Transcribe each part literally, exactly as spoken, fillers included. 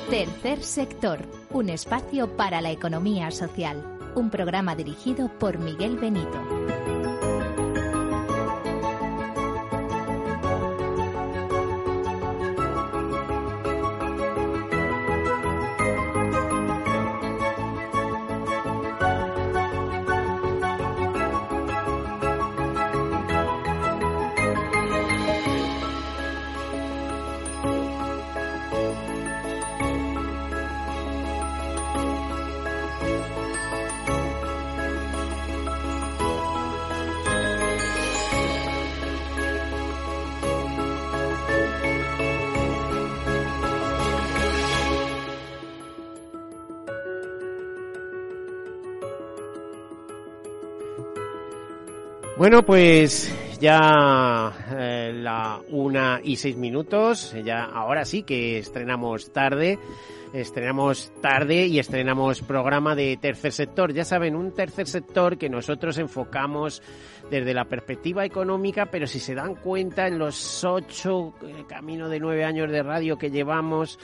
Tercer sector, un espacio para la economía social. Un programa dirigido por Miguel Benito. Bueno, pues ya eh, la una y seis minutos, ya ahora sí que estrenamos tarde, estrenamos tarde y estrenamos programa de Tercer Sector. Ya saben, un tercer sector que nosotros enfocamos desde la perspectiva económica, pero si se dan cuenta, en los ocho, eh, camino de nueve años de radio que llevamos,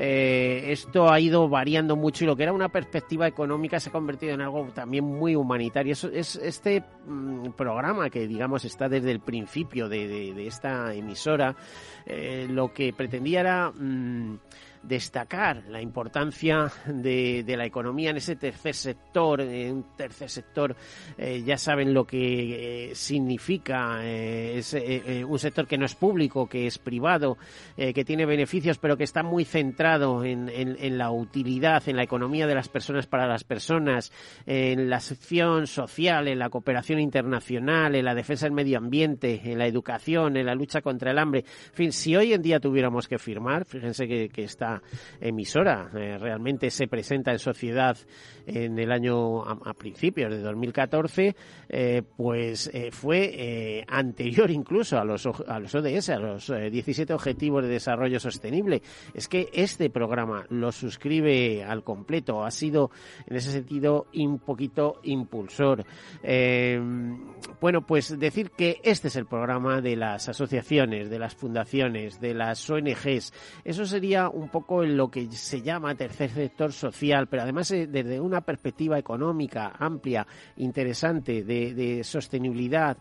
eh, esto ha ido variando mucho y lo que era una perspectiva económica se ha convertido en algo también muy humanitario. Eso, es este mmm, programa que, digamos, está desde el principio de, de, de esta emisora, eh, lo que pretendía era Mmm, destacar la importancia de, de la economía en ese tercer sector, en un tercer sector, eh, ya saben lo que eh, significa, eh, es eh, eh, un sector que no es público, que es privado, eh, que tiene beneficios, pero que está muy centrado en, en, en la utilidad, en la economía de las personas para las personas, en la acción social, en la cooperación internacional, en la defensa del medio ambiente, en la educación, en la lucha contra el hambre. En fin, si hoy en día tuviéramos que firmar, fíjense que, que está emisora eh, realmente se presenta en sociedad en el año a, a principios de dos mil catorce, eh, pues eh, fue eh, anterior incluso a los a los O D S, a los eh, diecisiete Objetivos de Desarrollo Sostenible. Es que este programa lo suscribe al completo, ha sido en ese sentido un poquito impulsor. Eh, bueno, pues decir que este es el programa de las asociaciones, de las fundaciones, de las O N Ges. Eso sería un poco en lo que se llama tercer sector social, pero además eh, desde una perspectiva económica amplia, interesante, de, de sostenibilidad,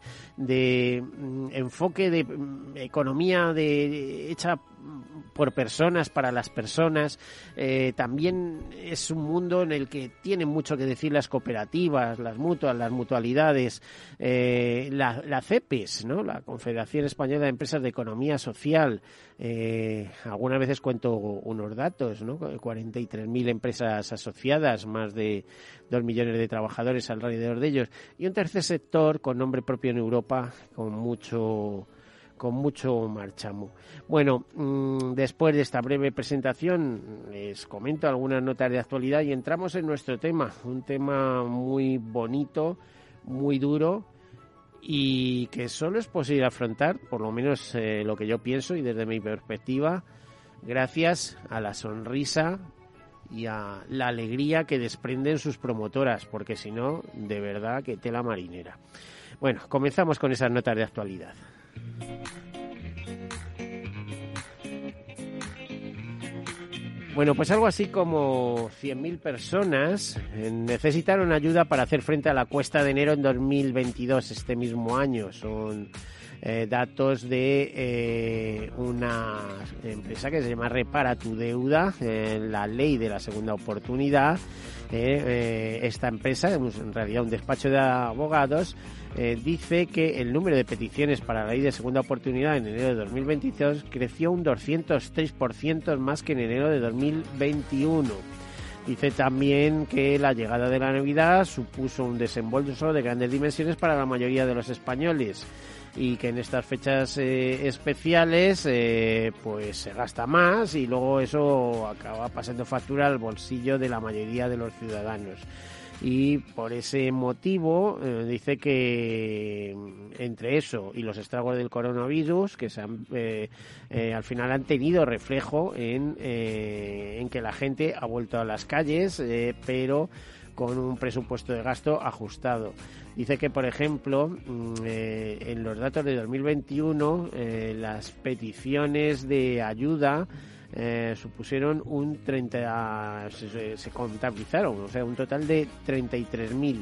de mm, enfoque de mm, economía de, de hecha por personas, para las personas. Eh, también es un mundo en el que tienen mucho que decir las cooperativas, las mutuas, las mutualidades, eh, la, la CEPES, ¿no? La Confederación Española de Empresas de Economía Social. Eh, algunas veces cuento unos datos, ¿no? cuarenta y tres mil empresas asociadas, más de dos millones de trabajadores alrededor de ellos. Y un tercer sector con nombre propio en Europa, con mucho... con mucho marchamo. Bueno, mmm, después de esta breve presentación les comento algunas notas de actualidad y entramos en nuestro tema, un tema muy bonito, muy duro y que solo es posible afrontar, por lo menos eh, lo que yo pienso y desde mi perspectiva, gracias a la sonrisa y a la alegría que desprenden sus promotoras, porque si no, de verdad que tela marinera. Bueno, comenzamos con esas notas de actualidad. Bueno, pues algo así como cien mil personas necesitaron ayuda para hacer frente a la cuesta de enero en dos mil veintidós, este mismo año. Son eh, datos de eh, una empresa que se llama Repara tu Deuda, eh, la ley de la segunda oportunidad. Eh, eh, esta empresa, en realidad un despacho de abogados, eh, dice que el número de peticiones para la ley de segunda oportunidad en enero de dos mil veintidós creció un doscientos tres por ciento más que en enero de dos mil veintiuno. Dice también que la llegada de la Navidad supuso un desembolso de grandes dimensiones para la mayoría de los españoles y que en estas fechas eh, especiales eh, pues se gasta más y luego eso acaba pasando factura al bolsillo de la mayoría de los ciudadanos. Y por ese motivo eh, dice que entre eso y los estragos del coronavirus que se han, eh, eh, al final han tenido reflejo en, eh, en que la gente ha vuelto a las calles, eh, pero con un presupuesto de gasto ajustado. Dice que, por ejemplo, eh, en los datos de dos mil veintiuno, eh, las peticiones de ayuda eh, supusieron un treinta, se, se contabilizaron, o sea, un total de treinta y tres mil.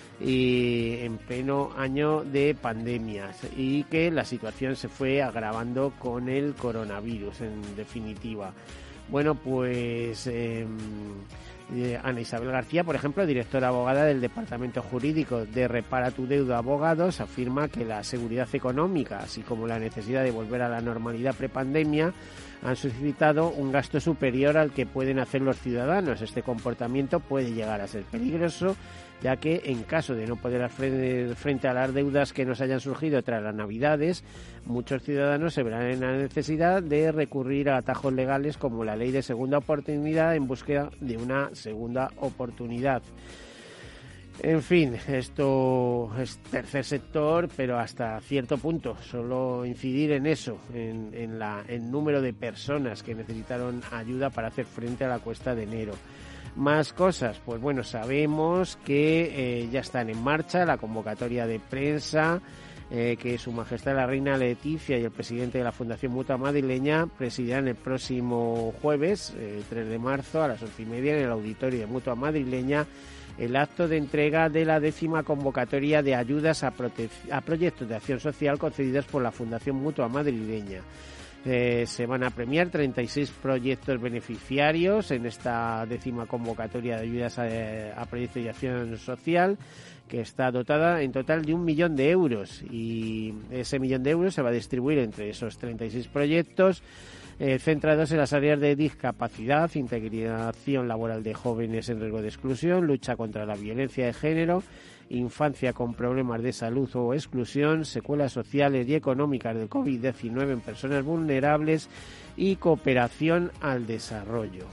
Y en pleno año de pandemias, y que la situación se fue agravando con el coronavirus, en definitiva. Bueno, pues eh, Ana Isabel García, por ejemplo, directora abogada del Departamento Jurídico de Repara tu Deuda Abogados, afirma que la seguridad económica, así como la necesidad de volver a la normalidad prepandemia, han suscitado un gasto superior al que pueden hacer los ciudadanos. Este comportamiento puede llegar a ser peligroso, ya que en caso de no poder hacer frente a las deudas que nos hayan surgido tras las Navidades, muchos ciudadanos se verán en la necesidad de recurrir a atajos legales como la ley de segunda oportunidad en búsqueda de una segunda oportunidad. En fin, esto es tercer sector, pero hasta cierto punto. Solo incidir en eso, en, en la, el número de personas que necesitaron ayuda para hacer frente a la cuesta de enero. Más cosas, pues bueno, sabemos que eh, ya están en marcha la convocatoria de prensa eh, que Su Majestad la Reina Leticia y el presidente de la Fundación Mutua Madrileña presidirán el próximo jueves, eh, tres de marzo, a las once y media, en el auditorio de Mutua Madrileña, el acto de entrega de la décima convocatoria de ayudas a, prote- a proyectos de acción social concedidas por la Fundación Mutua Madrileña. Eh, se van a premiar treinta y seis proyectos beneficiarios en esta décima convocatoria de ayudas a, a proyectos de acción social, que está dotada en total de un millón de euros, y ese millón de euros se va a distribuir entre esos treinta y seis proyectos eh, centrados en las áreas de discapacidad, integración laboral de jóvenes en riesgo de exclusión, lucha contra la violencia de género, infancia con problemas de salud o exclusión, secuelas sociales y económicas del covid diecinueve en personas vulnerables y cooperación al desarrollo.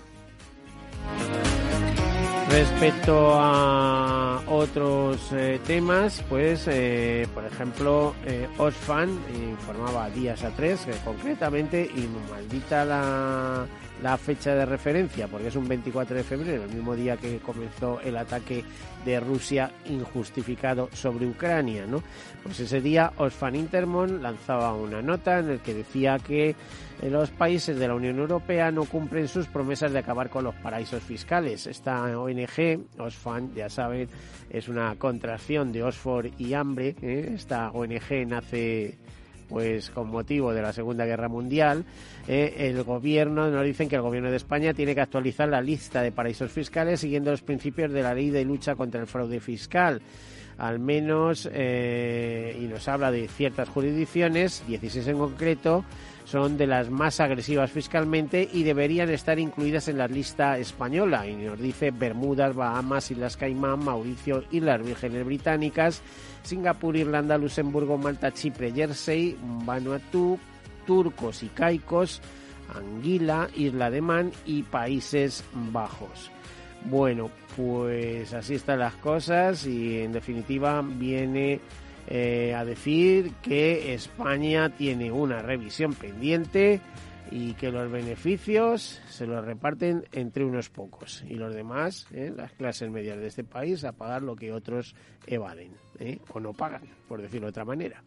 Respecto a otros eh, temas, pues, eh, por ejemplo, eh, Oxfam informaba días a tres, que concretamente, y maldita la, la fecha de referencia, porque es un veinticuatro de febrero, el mismo día que comenzó el ataque de Rusia injustificado sobre Ucrania, ¿no? Pues ese día Oxfam Intermón lanzaba una nota en la que decía que los países de la Unión Europea no cumplen sus promesas de acabar con los paraísos fiscales. Esta O N G, Oxfam, ya saben, es una contracción de Oxford y hambre, ¿eh? Esta O N G nace pues con motivo de la Segunda Guerra Mundial. Eh, el gobierno, nos dicen que el gobierno de España tiene que actualizar la lista de paraísos fiscales siguiendo los principios de la ley de lucha contra el fraude fiscal. Al menos, eh, y nos habla de ciertas jurisdicciones, dieciséis en concreto, son de las más agresivas fiscalmente y deberían estar incluidas en la lista española. Y nos dice Bermudas, Bahamas, Islas Caimán, Mauricio, Islas Vírgenes Británicas, Singapur, Irlanda, Luxemburgo, Malta, Chipre, Jersey, Vanuatu, Turcos y Caicos, Anguila, Isla de Man y Países Bajos. Bueno, pues así están las cosas y en definitiva viene eh, a decir que España tiene una revisión pendiente y que los beneficios se los reparten entre unos pocos y los demás, eh, las clases medias de este país, a pagar lo que otros evaden, eh, o no pagan, por decirlo de otra manera.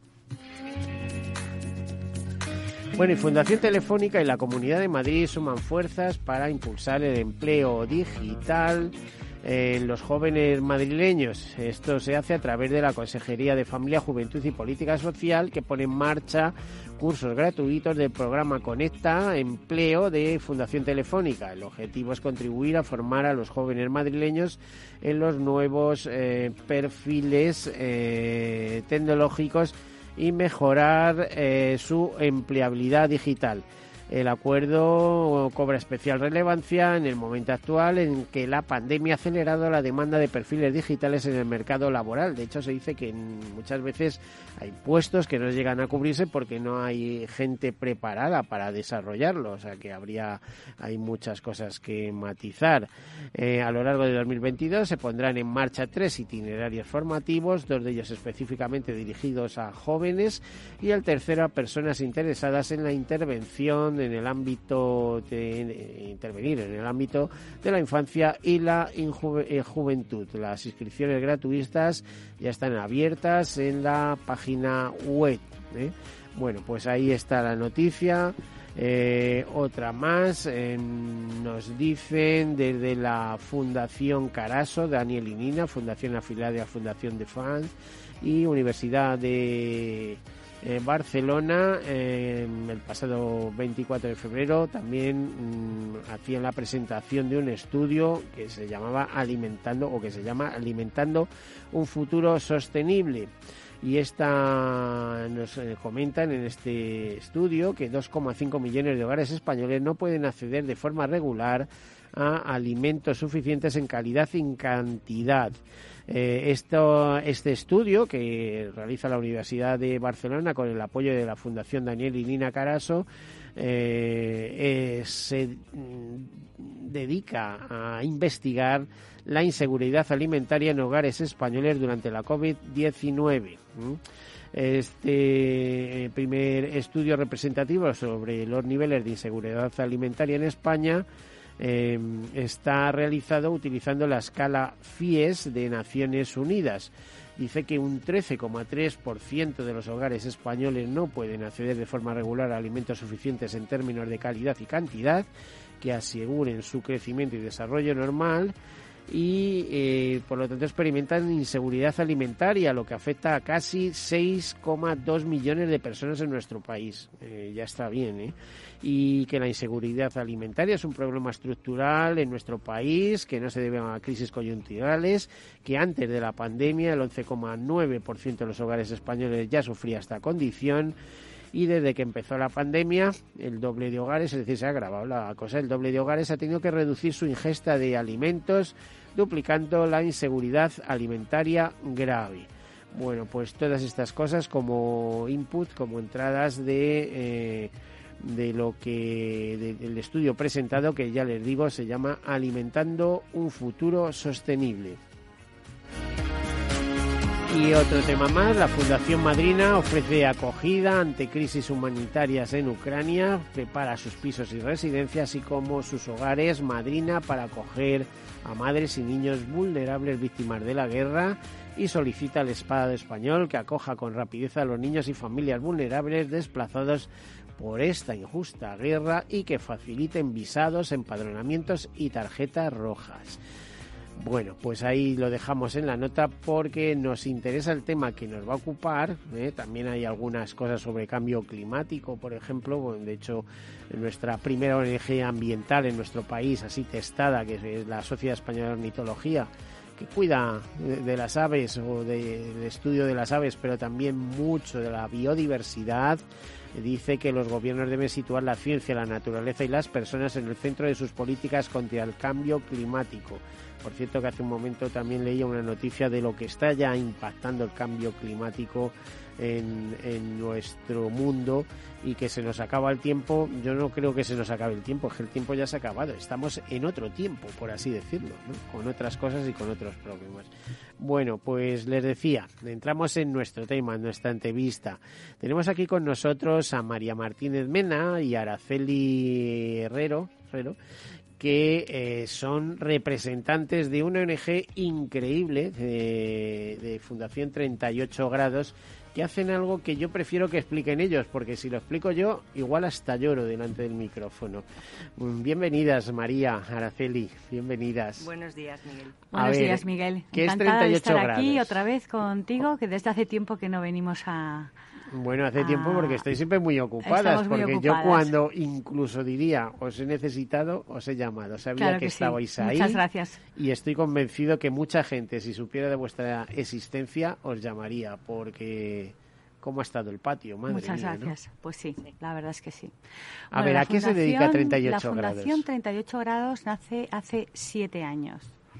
Bueno, y Fundación Telefónica y la Comunidad de Madrid suman fuerzas para impulsar el empleo digital en los jóvenes madrileños. Esto se hace a través de la Consejería de Familia, Juventud y Política Social, que pone en marcha cursos gratuitos del programa Conecta Empleo de Fundación Telefónica. El objetivo es contribuir a formar a los jóvenes madrileños en los nuevos eh, perfiles eh, tecnológicos y mejorar eh, su empleabilidad digital. El acuerdo cobra especial relevancia en el momento actual en que la pandemia ha acelerado la demanda de perfiles digitales en el mercado laboral. De hecho, se dice que muchas veces hay puestos que no llegan a cubrirse porque no hay gente preparada para desarrollarlo. O sea, que habría hay muchas cosas que matizar. Eh, a lo largo de dos mil veintidós se pondrán en marcha tres itinerarios formativos, dos de ellos específicamente dirigidos a jóvenes y el tercero a personas interesadas en la intervención en el ámbito de, de intervenir en el ámbito de la infancia y la inju- eh, juventud. Las inscripciones gratuitas ya están abiertas en la página web, ¿eh? Bueno, pues ahí está la noticia Eh, otra más, eh, nos dicen desde la Fundación Caraso, Daniel y Nina, fundación afiliada de la Fundación de Fans, y Universidad de eh, Barcelona, eh, el pasado veinticuatro de febrero también mmm, hacían la presentación de un estudio que se llamaba Alimentando, o que se llama Alimentando un futuro sostenible. Y esta nos eh, comentan en este estudio que dos coma cinco millones de hogares españoles no pueden acceder de forma regular a alimentos suficientes en calidad y en cantidad. Eh, esto, este estudio que realiza la Universidad de Barcelona con el apoyo de la Fundación Daniel y Nina Caraso eh, eh, se mm, dedica a investigar la inseguridad alimentaria en hogares españoles durante la covid diecinueve. Este primer estudio representativo sobre los niveles de inseguridad alimentaria en España eh, está realizado utilizando la escala FIES de Naciones Unidas. Dice que un trece coma tres por ciento de los hogares españoles no pueden acceder de forma regular a alimentos suficientes en términos de calidad y cantidad que aseguren su crecimiento y desarrollo normal, y eh, por lo tanto experimentan inseguridad alimentaria, lo que afecta a casi seis coma dos millones de personas en nuestro país. Eh, ya está bien, ¿eh? Y que la inseguridad alimentaria es un problema estructural en nuestro país, que no se debe a crisis coyunturales, que antes de la pandemia el once coma nueve por ciento de los hogares españoles ya sufría esta condición, y desde que empezó la pandemia el doble de hogares, es decir, se ha agravado la cosa, el doble de hogares ha tenido que reducir su ingesta de alimentos, duplicando la inseguridad alimentaria grave. Bueno, pues todas estas cosas como input, como entradas de eh, de lo que de, del estudio presentado, que ya les digo se llama Alimentando un futuro sostenible. Y otro tema más, la Fundación Madrina ofrece acogida ante crisis humanitarias en Ucrania, prepara sus pisos y residencias, así como sus hogares Madrina para acoger a madres y niños vulnerables víctimas de la guerra, y solicita al Estado español que acoja con rapidez a los niños y familias vulnerables desplazados por esta injusta guerra y que faciliten visados, empadronamientos y tarjetas rojas. Bueno, pues ahí lo dejamos en la nota porque nos interesa el tema que nos va a ocupar, ¿eh? También hay algunas cosas sobre cambio climático, por ejemplo. Bueno, de hecho, nuestra primera O N G ambiental en nuestro país, así testada, que es la Sociedad Española de Ornitología, que cuida de las aves o de, del estudio de las aves, pero también mucho de la biodiversidad, dice que los gobiernos deben situar la ciencia, la naturaleza y las personas en el centro de sus políticas contra el cambio climático. Por cierto, que hace un momento también leía una noticia de lo que está ya impactando el cambio climático en, en nuestro mundo, y que se nos acaba el tiempo. Yo no creo que se nos acabe el tiempo, es que el tiempo ya se ha acabado. Estamos en otro tiempo, por así decirlo, ¿no? Con otras cosas y con otros problemas. Bueno, pues les decía, entramos en nuestro tema, en nuestra entrevista. Tenemos aquí con nosotros a María Martínez Mena y a Araceli Herrero, Herrero que eh, son representantes de una O N G increíble de, de Fundación treinta y ocho grados, que hacen algo que yo prefiero que expliquen ellos, porque si lo explico yo, igual hasta lloro delante del micrófono. Bienvenidas, María, Araceli, bienvenidas. Buenos días, Miguel. Buenos ver, días, Miguel. ¿Qué Encantada es treinta y ocho de estar grados? Aquí otra vez contigo, que desde hace tiempo que no venimos a... Bueno, hace tiempo porque estáis siempre muy ocupadas, muy porque ocupadas. Yo cuando incluso diría os he necesitado, os he llamado, sabía claro que, que estabais sí. ahí. Muchas gracias. Y estoy convencido que mucha gente, si supiera de vuestra existencia, os llamaría, porque ¿cómo ha estado el patio? Madre Muchas mía, gracias. ¿no? Pues sí, la verdad es que sí. A bueno, ver, ¿a qué se dedica treinta y ocho grados? La Fundación treinta y ocho grados nace hace siete años.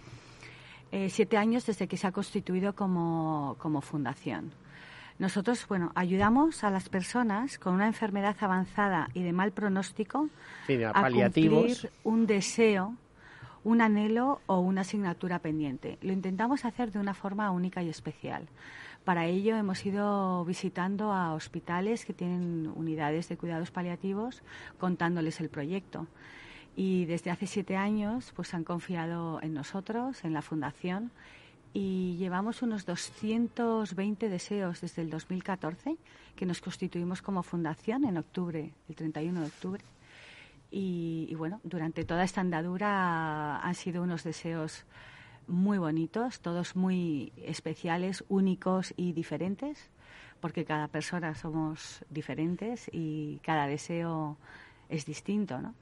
Eh, siete años desde que se ha constituido como, como fundación. Nosotros, bueno, ayudamos a las personas con una enfermedad avanzada y de mal pronóstico sí, a, a paliativos. cumplir un deseo, un anhelo o una asignatura pendiente. Lo intentamos hacer de una forma única y especial. Para ello hemos ido visitando a hospitales que tienen unidades de cuidados paliativos, contándoles el proyecto. Y desde hace siete años pues han confiado en nosotros, en la Fundación, y llevamos unos doscientos veinte deseos desde el dos mil catorce, que nos constituimos como fundación en octubre, el treinta y uno de octubre. Y, y bueno, durante toda esta andadura han sido unos deseos muy bonitos, todos muy especiales, únicos y diferentes, porque cada persona somos diferentes y cada deseo es distinto, ¿no?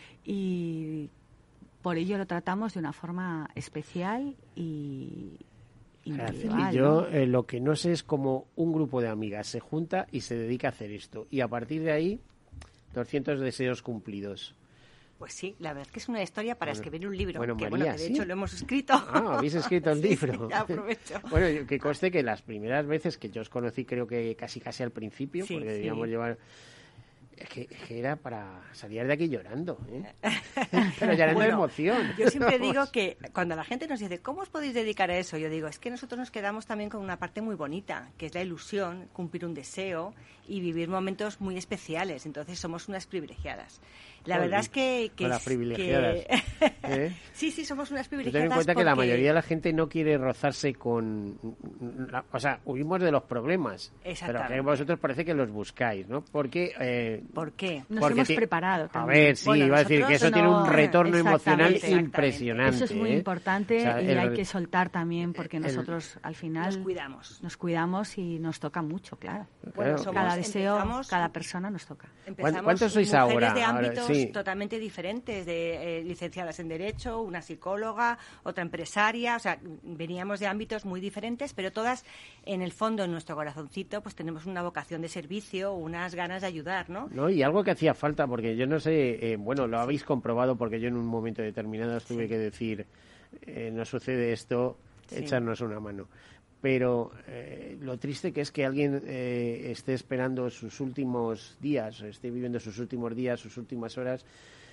Y por ello lo tratamos de una forma especial y individual, y yo ¿no? eh, lo que no sé es cómo un grupo de amigas se junta y se dedica a hacer esto. Y a partir de ahí, doscientos deseos cumplidos. Pues sí, la verdad es que es una historia para bueno, escribir un libro. Bueno, que, María, bueno, que de ¿sí? hecho lo hemos escrito. Ah, habéis escrito el libro. Sí, ya aprovecho. Bueno, que conste que las primeras veces que yo os conocí, creo que casi casi al principio, sí, porque sí. debíamos llevar... Es que, es que era para salir de aquí llorando, ¿eh? Pero llorando de Bueno, emoción. Yo siempre digo que cuando la gente nos dice, ¿cómo os podéis dedicar a eso? Yo digo, es que nosotros nos quedamos también con una parte muy bonita, que es la ilusión, cumplir un deseo y vivir momentos muy especiales. Entonces somos unas privilegiadas. La Joder, verdad es que... que con las es- privilegiadas. que- ¿Eh? Sí, sí, somos unas Tú ten privilegiadas en cuenta que la porque- mayoría de la gente no quiere rozarse con... la- o sea, huimos de los problemas. Pero Exactamente. que vosotros parece que los buscáis, ¿no? Porque... Eh, ¿Por qué? Nos porque hemos ti- preparado A también. ver, sí, Bueno, iba a decir que eso nosotros tiene un no- retorno emocional exactamente, impresionante. Eso es muy ¿eh? importante O sea, y el- hay que soltar también, porque el- nosotros al final Nos cuidamos. nos cuidamos y nos toca mucho, claro. Bueno, Claro. somos- Cada deseo, empezamos- cada persona nos toca. Empezamos ¿Cuántos sois mujeres ahora? de Ahora, ámbitos sí. totalmente diferentes, de eh, licenciadas en Derecho, una psicóloga, otra empresaria, o sea, veníamos de ámbitos muy diferentes, pero todas, en el fondo, en nuestro corazoncito, pues tenemos una vocación de servicio, unas ganas de ayudar, ¿no? ¿No? Y algo que hacía falta, porque yo no sé, eh, bueno, lo habéis comprobado porque yo en un momento determinado os tuve Sí. que decir, eh, no sucede esto, Sí. echarnos una mano. Pero eh, lo triste que es que alguien eh, esté esperando sus últimos días, o esté viviendo sus últimos días, sus últimas horas,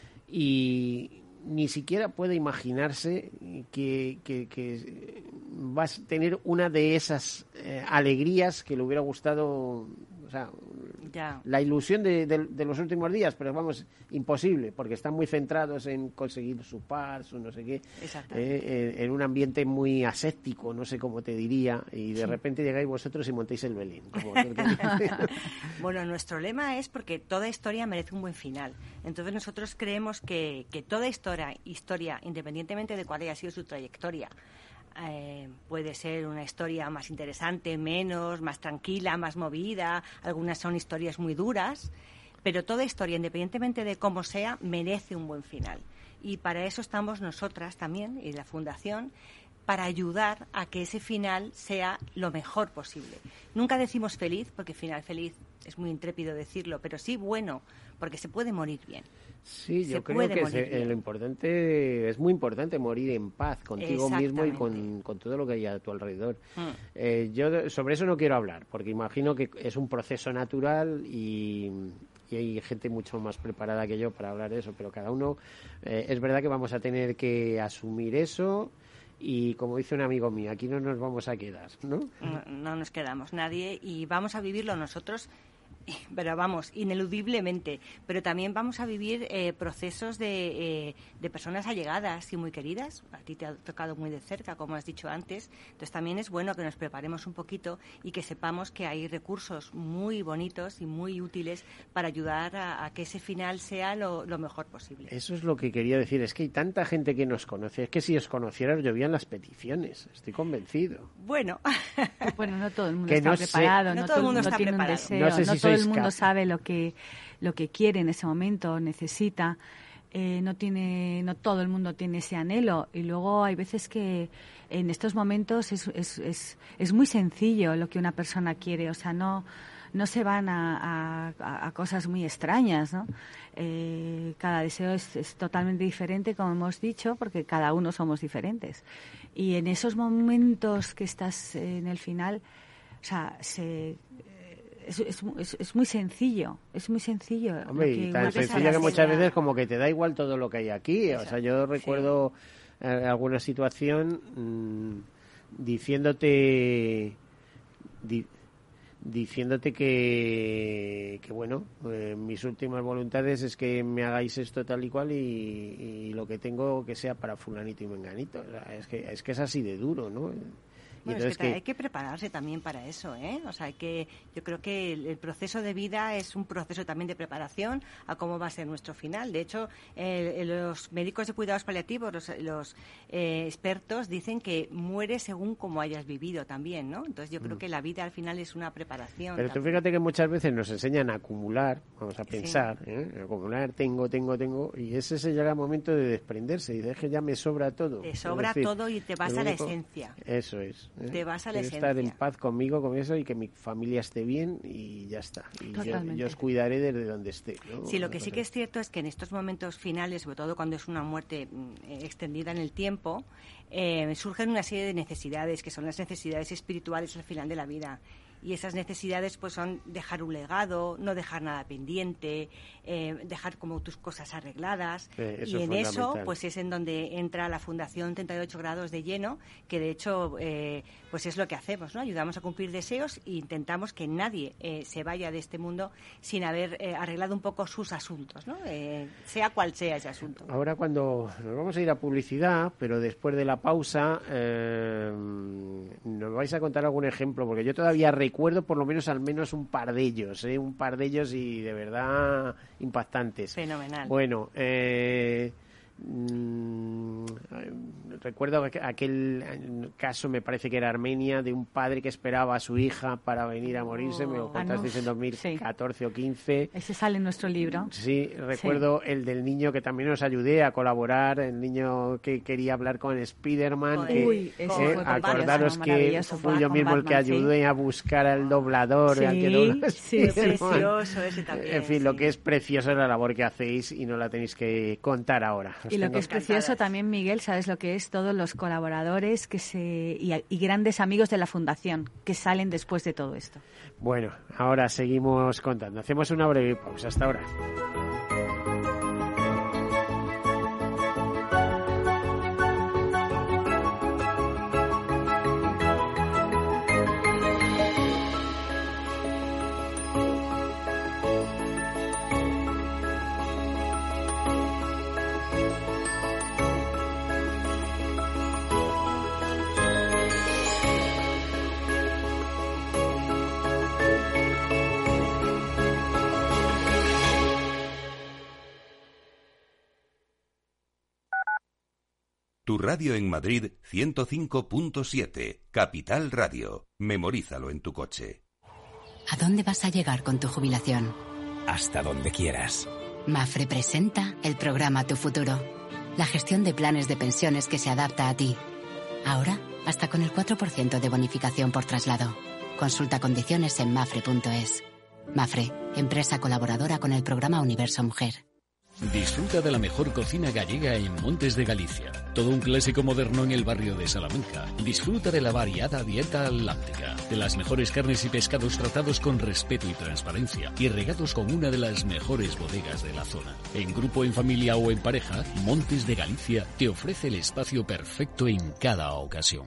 y ni siquiera puede imaginarse que, que, que vas a tener una de esas eh, alegrías que le hubiera gustado, o sea, Ya. la ilusión de, de- de los últimos días, pero vamos, imposible, porque están muy centrados en conseguir su paz, su no sé qué, Exactamente. eh, en, en un ambiente muy aséptico, no sé cómo te diría, y de repente llegáis vosotros y montáis el Belén. Como aquel que dice. Bueno, nuestro lema es porque toda historia merece un buen final. Entonces nosotros creemos que, que toda historia, historia, independientemente de cuál haya sido su trayectoria, eh, puede ser una historia más interesante, menos, más tranquila, más movida. Algunas son historias muy duras, pero toda historia, independientemente de cómo sea, merece un buen final. Y para eso estamos nosotras también, y la Fundación, para ayudar a que ese final sea lo mejor posible. Nunca decimos feliz, porque final feliz es muy intrépido decirlo, pero sí bueno, porque se puede morir bien. Sí, yo Se creo puede que morir se- eh, bien. lo importante, es muy importante morir en paz contigo mismo y con, Exactamente. con todo lo que hay a tu alrededor. Mm. Eh, yo de- sobre eso no quiero hablar, porque imagino que es un proceso natural y, y hay gente mucho más preparada que yo para hablar de eso, pero cada uno, eh, es verdad que vamos a tener que asumir eso y, como dice un amigo mío, aquí no nos vamos a quedar, ¿no? No, no nos quedamos nadie y vamos a vivirlo nosotros, pero vamos, ineludiblemente. Pero también vamos a vivir eh, procesos de, eh, de personas allegadas y muy queridas. A ti te ha tocado muy de cerca, como has dicho antes. Entonces también es bueno que nos preparemos un poquito y que sepamos que hay recursos muy bonitos y muy útiles para ayudar a, a que ese final sea lo, lo mejor posible. Eso es lo que quería decir, es que hay tanta gente que nos conoce, es que si os conocieras llovían las peticiones, estoy convencido. Bueno, Bueno, no todo el mundo Que está no sé- preparado, No no, todo el todo mundo el mundo está tiene preparado. un deseo, No sé si todo sois el mundo cap- sabe lo que lo que quiere en ese momento, necesita. Eh, no tiene, no todo el mundo tiene ese anhelo y luego hay veces que en estos momentos es, es, es, es muy sencillo lo que una persona quiere, o sea, no no se van a, a, a cosas muy extrañas, ¿no? Eh, cada deseo es, es totalmente diferente, como hemos dicho, porque cada uno somos diferentes. Y en esos momentos que estás en el final, o sea, se, es, es, es, es muy sencillo, es muy sencillo. Hombre, lo que y tan una sencillo persona que muchas desea. veces como que te da igual todo lo que hay aquí. O sea, Exacto, yo recuerdo eh, alguna situación mmm, diciéndote di- diciéndote que, que bueno, eh, mis últimas voluntades es que me hagáis esto tal y cual y, y lo que tengo que sea para fulanito y menganito. O sea, es que es que es así de duro, ¿no? Bueno, entonces es que, que hay que prepararse también para eso, ¿eh? O sea, hay que, yo creo que el, el proceso de vida es un proceso también de preparación a cómo va a ser nuestro final. De hecho, eh, los médicos de cuidados paliativos, los, los eh, expertos dicen que muere según cómo hayas vivido también, ¿no? Entonces, yo creo mm. que la vida al final es una preparación. Pero también. tú fíjate que muchas veces nos enseñan a acumular, vamos a pensar, sí. ¿eh? Acumular, tengo, tengo, tengo, y ese se llega el momento de desprenderse y de que ya me sobra todo. Te sobra decir, todo y te vas a la esencia. Eso es. ¿eh? Te vas a la Quiero esencia. estar en paz conmigo, con eso, y que mi familia esté bien y ya está. Y yo, yo os cuidaré desde donde esté, ¿no? Sí, lo que sí que es cierto es que en estos momentos finales, sobre todo cuando es una muerte eh, extendida en el tiempo, eh, surgen una serie de necesidades, que son las necesidades espirituales al final de la vida. Y esas necesidades pues son dejar un legado, no dejar nada pendiente, eh, dejar como tus cosas arregladas. Eh, y en eso pues es en donde entra la Fundación treinta y ocho grados de lleno, que de hecho eh, pues es lo que hacemos, ¿no? Ayudamos a cumplir deseos e intentamos que nadie eh, se vaya de este mundo sin haber eh, arreglado un poco sus asuntos, ¿no? Eh, sea cual sea ese asunto. Ahora cuando nos vamos a ir a publicidad, pero después de la pausa eh, nos vais a contar algún ejemplo, porque yo todavía recuerdo Recuerdo por lo menos al menos un par de ellos, ¿eh? un par de ellos y de verdad impactantes. Fenomenal. Bueno, eh, mmm, recuerdo aquel caso, me parece que era Armenia, de un padre que esperaba a su hija para venir a morirse, me lo contasteis en dos mil catorce sí. o quince. Ese sale en nuestro libro. Sí, recuerdo sí. el del niño que también os ayudé a colaborar, el niño que quería hablar con Spiderman. Que, Uy, ese eh, fue acordaros que fui yo mismo Batman, el que ayudé sí. a buscar al doblador. Sí, al que dobla sí, sí, precioso ese también. En fin, sí. lo que es precioso es la labor que hacéis y no la tenéis que contar ahora. Os y lo que es precioso también, Miguel, ¿sabes lo que es? Todos los colaboradores que se y, y grandes amigos de la Fundación que salen después de todo esto. Bueno, ahora seguimos contando. Hacemos una breve pausa. Hasta ahora. Tu radio en Madrid, ciento cinco punto siete, Capital Radio. Memorízalo en tu coche. ¿A dónde vas a llegar con tu jubilación? Hasta donde quieras. Mafre presenta el programa Tu Futuro. La gestión de planes de pensiones que se adapta a ti. Ahora, hasta con el cuatro por ciento de bonificación por traslado. Consulta condiciones en mafre punto es. Mafre, empresa colaboradora con el programa Universo Mujer. Disfruta de la mejor cocina gallega en Montes de Galicia. Todo un clásico moderno en el barrio de Salamanca. Disfruta de la variada dieta atlántica, de las mejores carnes y pescados tratados con respeto y transparencia y regados con una de las mejores bodegas de la zona. En grupo, en familia o en pareja, Montes de Galicia te ofrece el espacio perfecto en cada ocasión.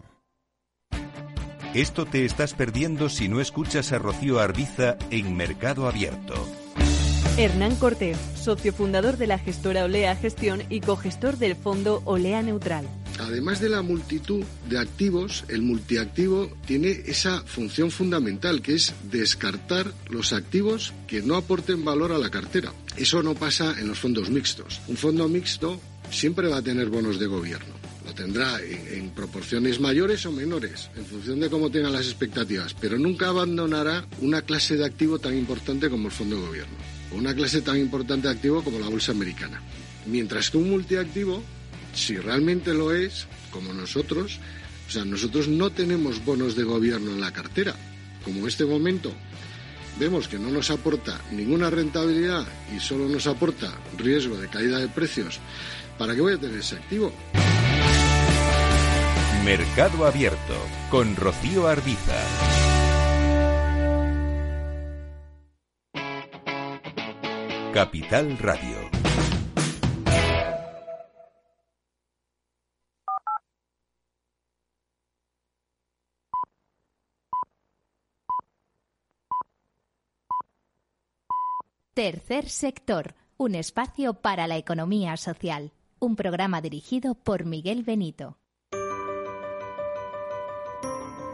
Esto te estás perdiendo si no escuchas a Rocío Arbiza en Mercado Abierto. Hernán Cortés, socio fundador de la gestora Olea Gestión y cogestor del fondo Olea Neutral. Además de la multitud de activos, el multiactivo tiene esa función fundamental, que es descartar los activos que no aporten valor a la cartera. Eso no pasa en los fondos mixtos. Un fondo mixto siempre va a tener bonos de gobierno. Lo tendrá en, en proporciones mayores o menores, en función de cómo tengan las expectativas, pero nunca abandonará una clase de activo tan importante como el fondo de gobierno, o una clase tan importante de activo como la bolsa americana. Mientras que un multiactivo, si realmente lo es, como nosotros, o sea, nosotros no tenemos bonos de gobierno en la cartera. Como en este momento vemos que no nos aporta ninguna rentabilidad y solo nos aporta riesgo de caída de precios, ¿para qué voy a tener ese activo? Mercado Abierto, con Rocío Arbiza. Capital Radio. Tercer sector, un espacio para la economía social. Un programa dirigido por Miguel Benito.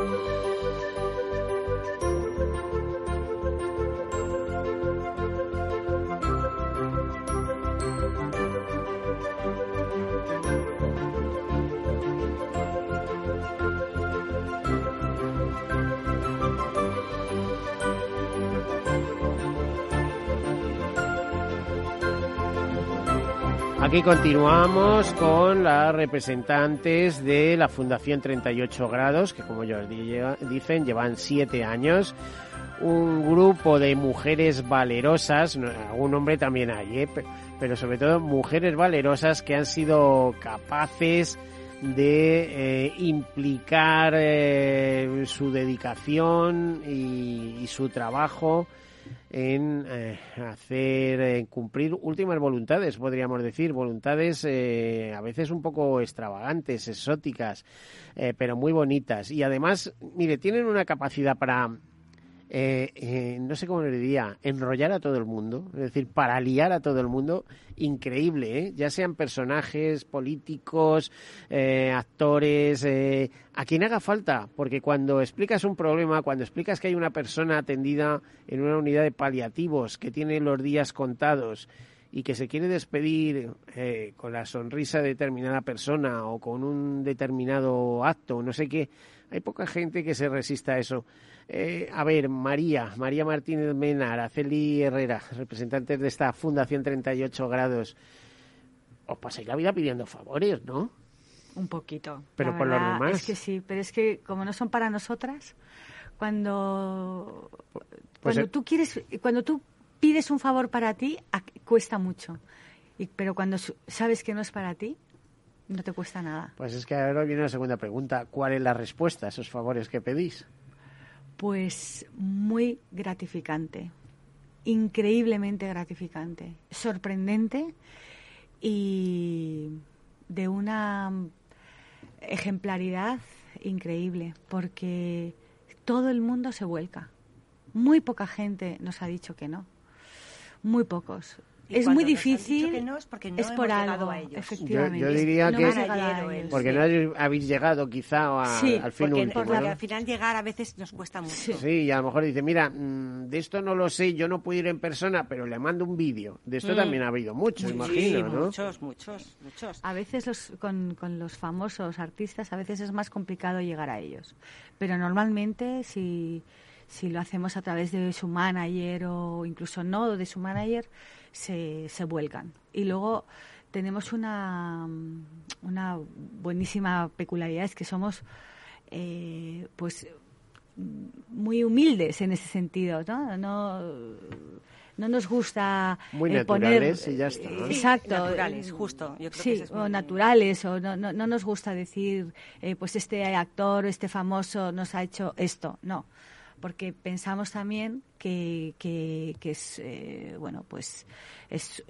Aquí continuamos con las representantes de la Fundación treinta y ocho grados, que como ellos dicen, llevan siete años. Un grupo de mujeres valerosas, algún hombre también hay, ¿eh? pero sobre todo mujeres valerosas que han sido capaces de eh, implicar eh, su dedicación y, y su trabajo en eh, hacer eh, cumplir últimas voluntades, podríamos decir, voluntades eh, a veces un poco extravagantes, exóticas, eh, pero muy bonitas. Y además, mire, tienen una capacidad para, eh, eh, no sé cómo le diría, enrollar a todo el mundo, es decir, para liar a todo el mundo, increíble, ¿eh? Ya sean personajes políticos, eh, actores, eh, a quien haga falta, porque cuando explicas un problema, cuando explicas que hay una persona atendida en una unidad de paliativos que tiene los días contados y que se quiere despedir eh, con la sonrisa de determinada persona o con un determinado acto, no sé qué, hay poca gente que se resista a eso. Eh, a ver, María, María Martínez Mena, Araceli Herrera, representantes de esta Fundación treinta y ocho grados, os pasáis la vida pidiendo favores, ¿no? Un poquito. Pero por los demás. Es que sí, pero es que como no son para nosotras, cuando, pues cuando el... tú quieres, cuando tú pides un favor para ti, cuesta mucho. Y, pero cuando sabes que no es para ti, no te cuesta nada. Pues es que ahora viene la segunda pregunta. ¿Cuál es la respuesta a esos favores que pedís? Pues muy gratificante, increíblemente gratificante, sorprendente y de una ejemplaridad increíble, porque todo el mundo se vuelca. Muy poca gente nos ha dicho que no, muy pocos. Es muy difícil, que no, es, porque no es por algo, a ellos. efectivamente. Yo, yo diría no que ayer, porque sí. no habéis llegado quizá a, sí, al fin porque, último. porque ¿no? al final llegar a veces nos cuesta mucho. Sí, sí, y a lo mejor dice, mira, mmm, de esto no lo sé, yo no puedo ir en persona, pero le mando un vídeo. De esto mm. también ha habido mucho, sí, imagino, ¿no? Muchos, muchos, muchos. A veces los, con, con los famosos artistas, a veces es más complicado llegar a ellos. Pero normalmente, si, si lo hacemos a través de su manager o incluso no de su manager, se, se vuelcan. Y luego tenemos una, una buenísima peculiaridad, es que somos eh, pues muy humildes en ese sentido, ¿no? No, no nos gusta muy eh, naturales poner, y ya está, ¿no? Exacto, naturales, justo. Yo creo sí, que es o muy... naturales, o no, no, no nos gusta decir, eh, pues este actor, este famoso nos ha hecho esto, no. Porque pensamos también que, que, que es, eh, bueno, pues es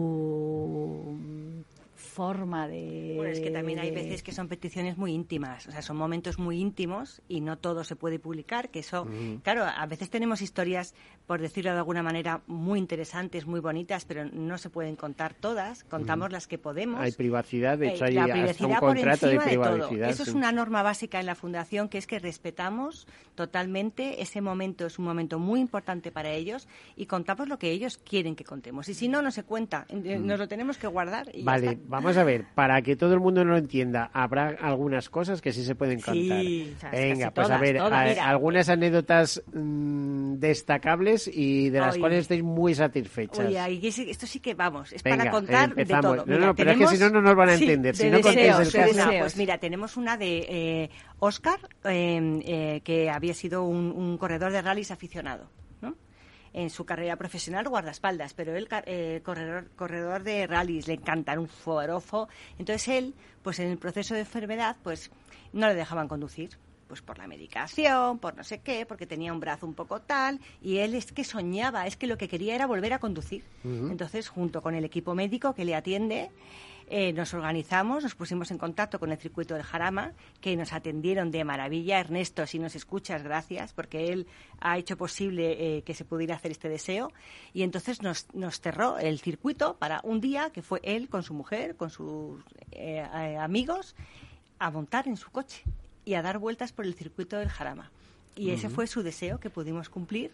su forma de... Bueno, es que también hay veces que son peticiones muy íntimas, o sea, son momentos muy íntimos y no todo se puede publicar, que eso, mm. claro, a veces tenemos historias, por decirlo de alguna manera, muy interesantes, muy bonitas, pero no se pueden contar todas, contamos mm. las que podemos. Hay privacidad, de hecho eh, hay la hasta un contrato de privacidad. De Eso sí. es una norma básica en la Fundación, que es que respetamos totalmente ese momento, es un momento muy importante para ellos y contamos lo que ellos quieren que contemos. Y si no, no se cuenta, mm. nos lo tenemos que guardar y vale, ya está. Vamos a ver, para que todo el mundo no lo entienda, habrá algunas cosas que sí se pueden contar. Sí, venga, pues todas, a ver, todas, a, mira, algunas anécdotas mmm, destacables y de las Oye. cuales estéis muy satisfechas. Oye, ahí, esto sí que vamos, es venga, para contar empezamos. de todo. No, Mira, no, pero tenemos... es que si no, no nos van a entender. Sí, si no deseos, contáis el caso... Pues mira, tenemos una de eh, Óscar, eh, eh, que había sido un, un corredor de rallies aficionado, ¿no? En su carrera profesional guardaespaldas, pero él eh, corredor, corredor de rallies, le encantan, un forofo. Entonces él, pues en el proceso de enfermedad, pues no le dejaban conducir, pues por la medicación, por no sé qué, porque tenía un brazo un poco tal, y él es que soñaba, es que lo que quería era volver a conducir. Uh-huh. Entonces, junto con el equipo médico que le atiende, Eh, nos organizamos, nos pusimos en contacto con el circuito del Jarama, que nos atendieron de maravilla. Ernesto, si nos escuchas, gracias, porque él ha hecho posible eh, que se pudiera hacer este deseo. Y entonces nos, nos cerró el circuito para un día que fue él con su mujer, con sus eh, eh, amigos, a montar en su coche. y a dar vueltas por el circuito del Jarama. Y ese uh-huh. fue su deseo que pudimos cumplir.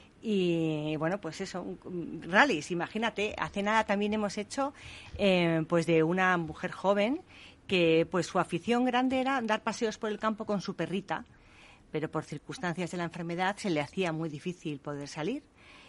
Y bueno, pues eso, rallies, imagínate. Hace nada también hemos hecho eh, pues de una mujer joven que pues su afición grande era dar paseos por el campo con su perrita, pero por circunstancias de la enfermedad se le hacía muy difícil poder salir.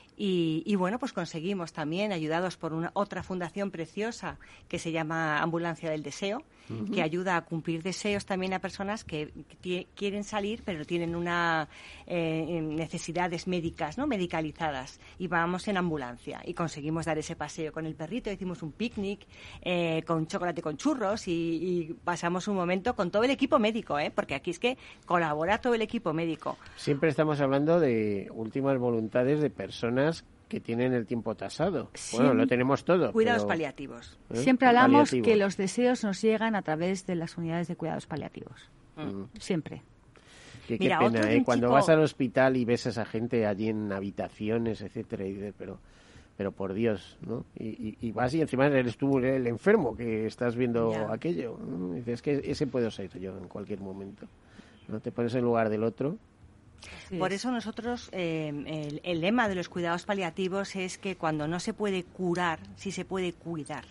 Y, y bueno, pues conseguimos también, ayudados por una otra fundación preciosa que se llama Ambulancia del Deseo, uh-huh. que ayuda a cumplir deseos también a personas que, que quieren salir pero tienen una eh, necesidades médicas, ¿no? Medicalizadas. Y vamos en ambulancia y conseguimos dar ese paseo con el perrito, hicimos un picnic eh, con chocolate con churros y, y pasamos un momento con todo el equipo médico, ¿eh? Porque aquí es que colabora todo el equipo médico. Siempre estamos hablando de últimas voluntades de personas que tienen el tiempo tasado. Sí. Bueno, lo tenemos todo. Cuidados pero... paliativos. ¿Eh? Siempre hablamos paliativos. Que los deseos nos llegan a través de las unidades de cuidados paliativos. Mm. Siempre. Qué, Mira, qué pena, ¿eh? Cuando chico... vas al hospital y ves a esa gente allí en habitaciones, etcétera, y dices, pero, pero por Dios, ¿no? Y, y, y vas y encima eres tú el enfermo que estás viendo yeah. aquello. ¿no? Y dices, que ese puedo ser yo en cualquier momento. ¿No? Te pones en lugar del otro. Sí. Por eso nosotros, eh, el, el lema de los cuidados paliativos es que cuando no se puede curar, sí se puede cuidar.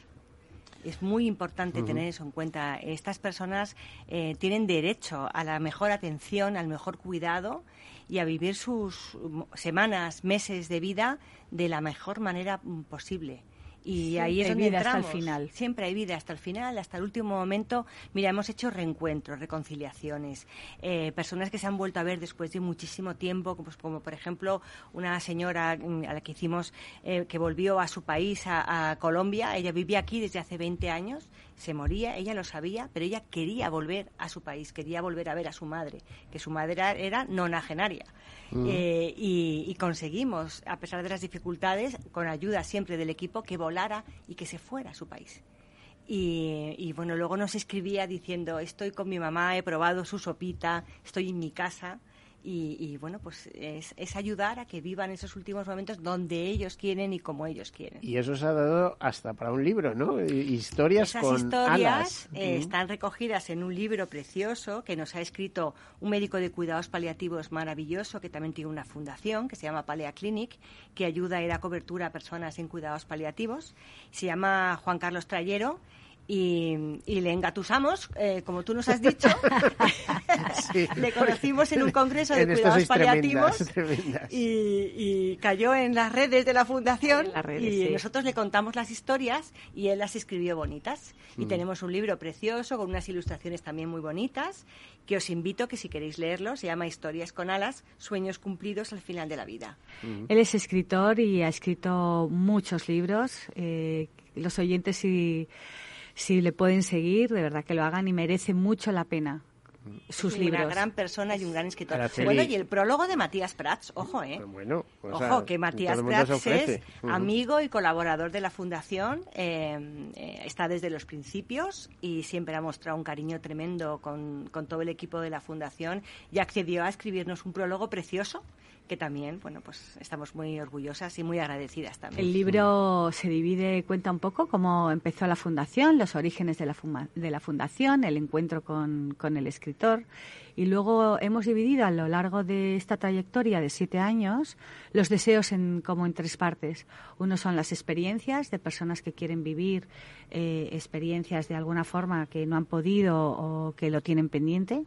Es muy importante uh-huh. tener eso en cuenta. Estas personas eh, tienen derecho a la mejor atención, al mejor cuidado y a vivir sus semanas, meses de vida de la mejor manera posible. Y siempre ahí es donde vida entramos. Hasta el final. Siempre hay vida hasta el final, hasta el último momento. Mira, hemos hecho reencuentros, reconciliaciones, eh, personas que se han vuelto a ver después de muchísimo tiempo, como, como por ejemplo una señora a la que hicimos, eh, que volvió a su país, a, a Colombia. Ella vivía aquí desde hace veinte años, se moría, ella lo sabía, pero ella quería volver a su país, quería volver a ver a su madre, que su madre era, era nonagenaria. Mm. Eh, y, y conseguimos, a pesar de las dificultades, con ayuda siempre del equipo, que volara y que se fuera a su país. Y, y bueno, luego nos escribía diciendo, estoy con mi mamá, he probado su sopita, estoy en mi casa. Y, y bueno, pues es, es ayudar a que vivan esos últimos momentos donde ellos quieren y como ellos quieren. Y eso se ha dado hasta para un libro, ¿no? Historias Esas con historias alas. Eh, mm. están recogidas en un libro precioso que nos ha escrito un médico de cuidados paliativos maravilloso que también tiene una fundación que se llama Palea Clinic, que ayuda y da cobertura a personas en cuidados paliativos. Se llama Juan Carlos Trayero. Y, y le engatusamos, eh, como tú nos has dicho. Sí. Le conocimos en un congreso de cuidados paliativos tremendas, tremendas. Y, y cayó en las redes de la fundación redes, y sí. nosotros le contamos las historias y él las escribió bonitas. Mm. Y tenemos un libro precioso con unas ilustraciones también muy bonitas que os invito que si queréis leerlo, se llama Historias con alas, sueños cumplidos al final de la vida. Mm. Él es escritor y ha escrito muchos libros. Eh, los oyentes si Si le pueden seguir, de verdad que lo hagan y merece mucho la pena sus sí, libros. Una gran persona y un gran escritor. Bueno, y el prólogo de Matías Prats, ojo, ¿eh? Bueno, pues ojo, a, que Matías Prats es uh-huh. amigo y colaborador de la Fundación, eh, eh, está desde los principios y siempre ha mostrado un cariño tremendo con, con todo el equipo de la Fundación y accedió a escribirnos un prólogo precioso que también, bueno, pues estamos muy orgullosas y muy agradecidas también. El libro se divide, cuenta un poco cómo empezó la fundación, los orígenes de la, fuma, de la fundación, el encuentro con, con el escritor, y luego hemos dividido a lo largo de esta trayectoria de siete años los deseos en, como en tres partes. Uno son las experiencias de personas que quieren vivir eh, experiencias de alguna forma que no han podido o que lo tienen pendiente.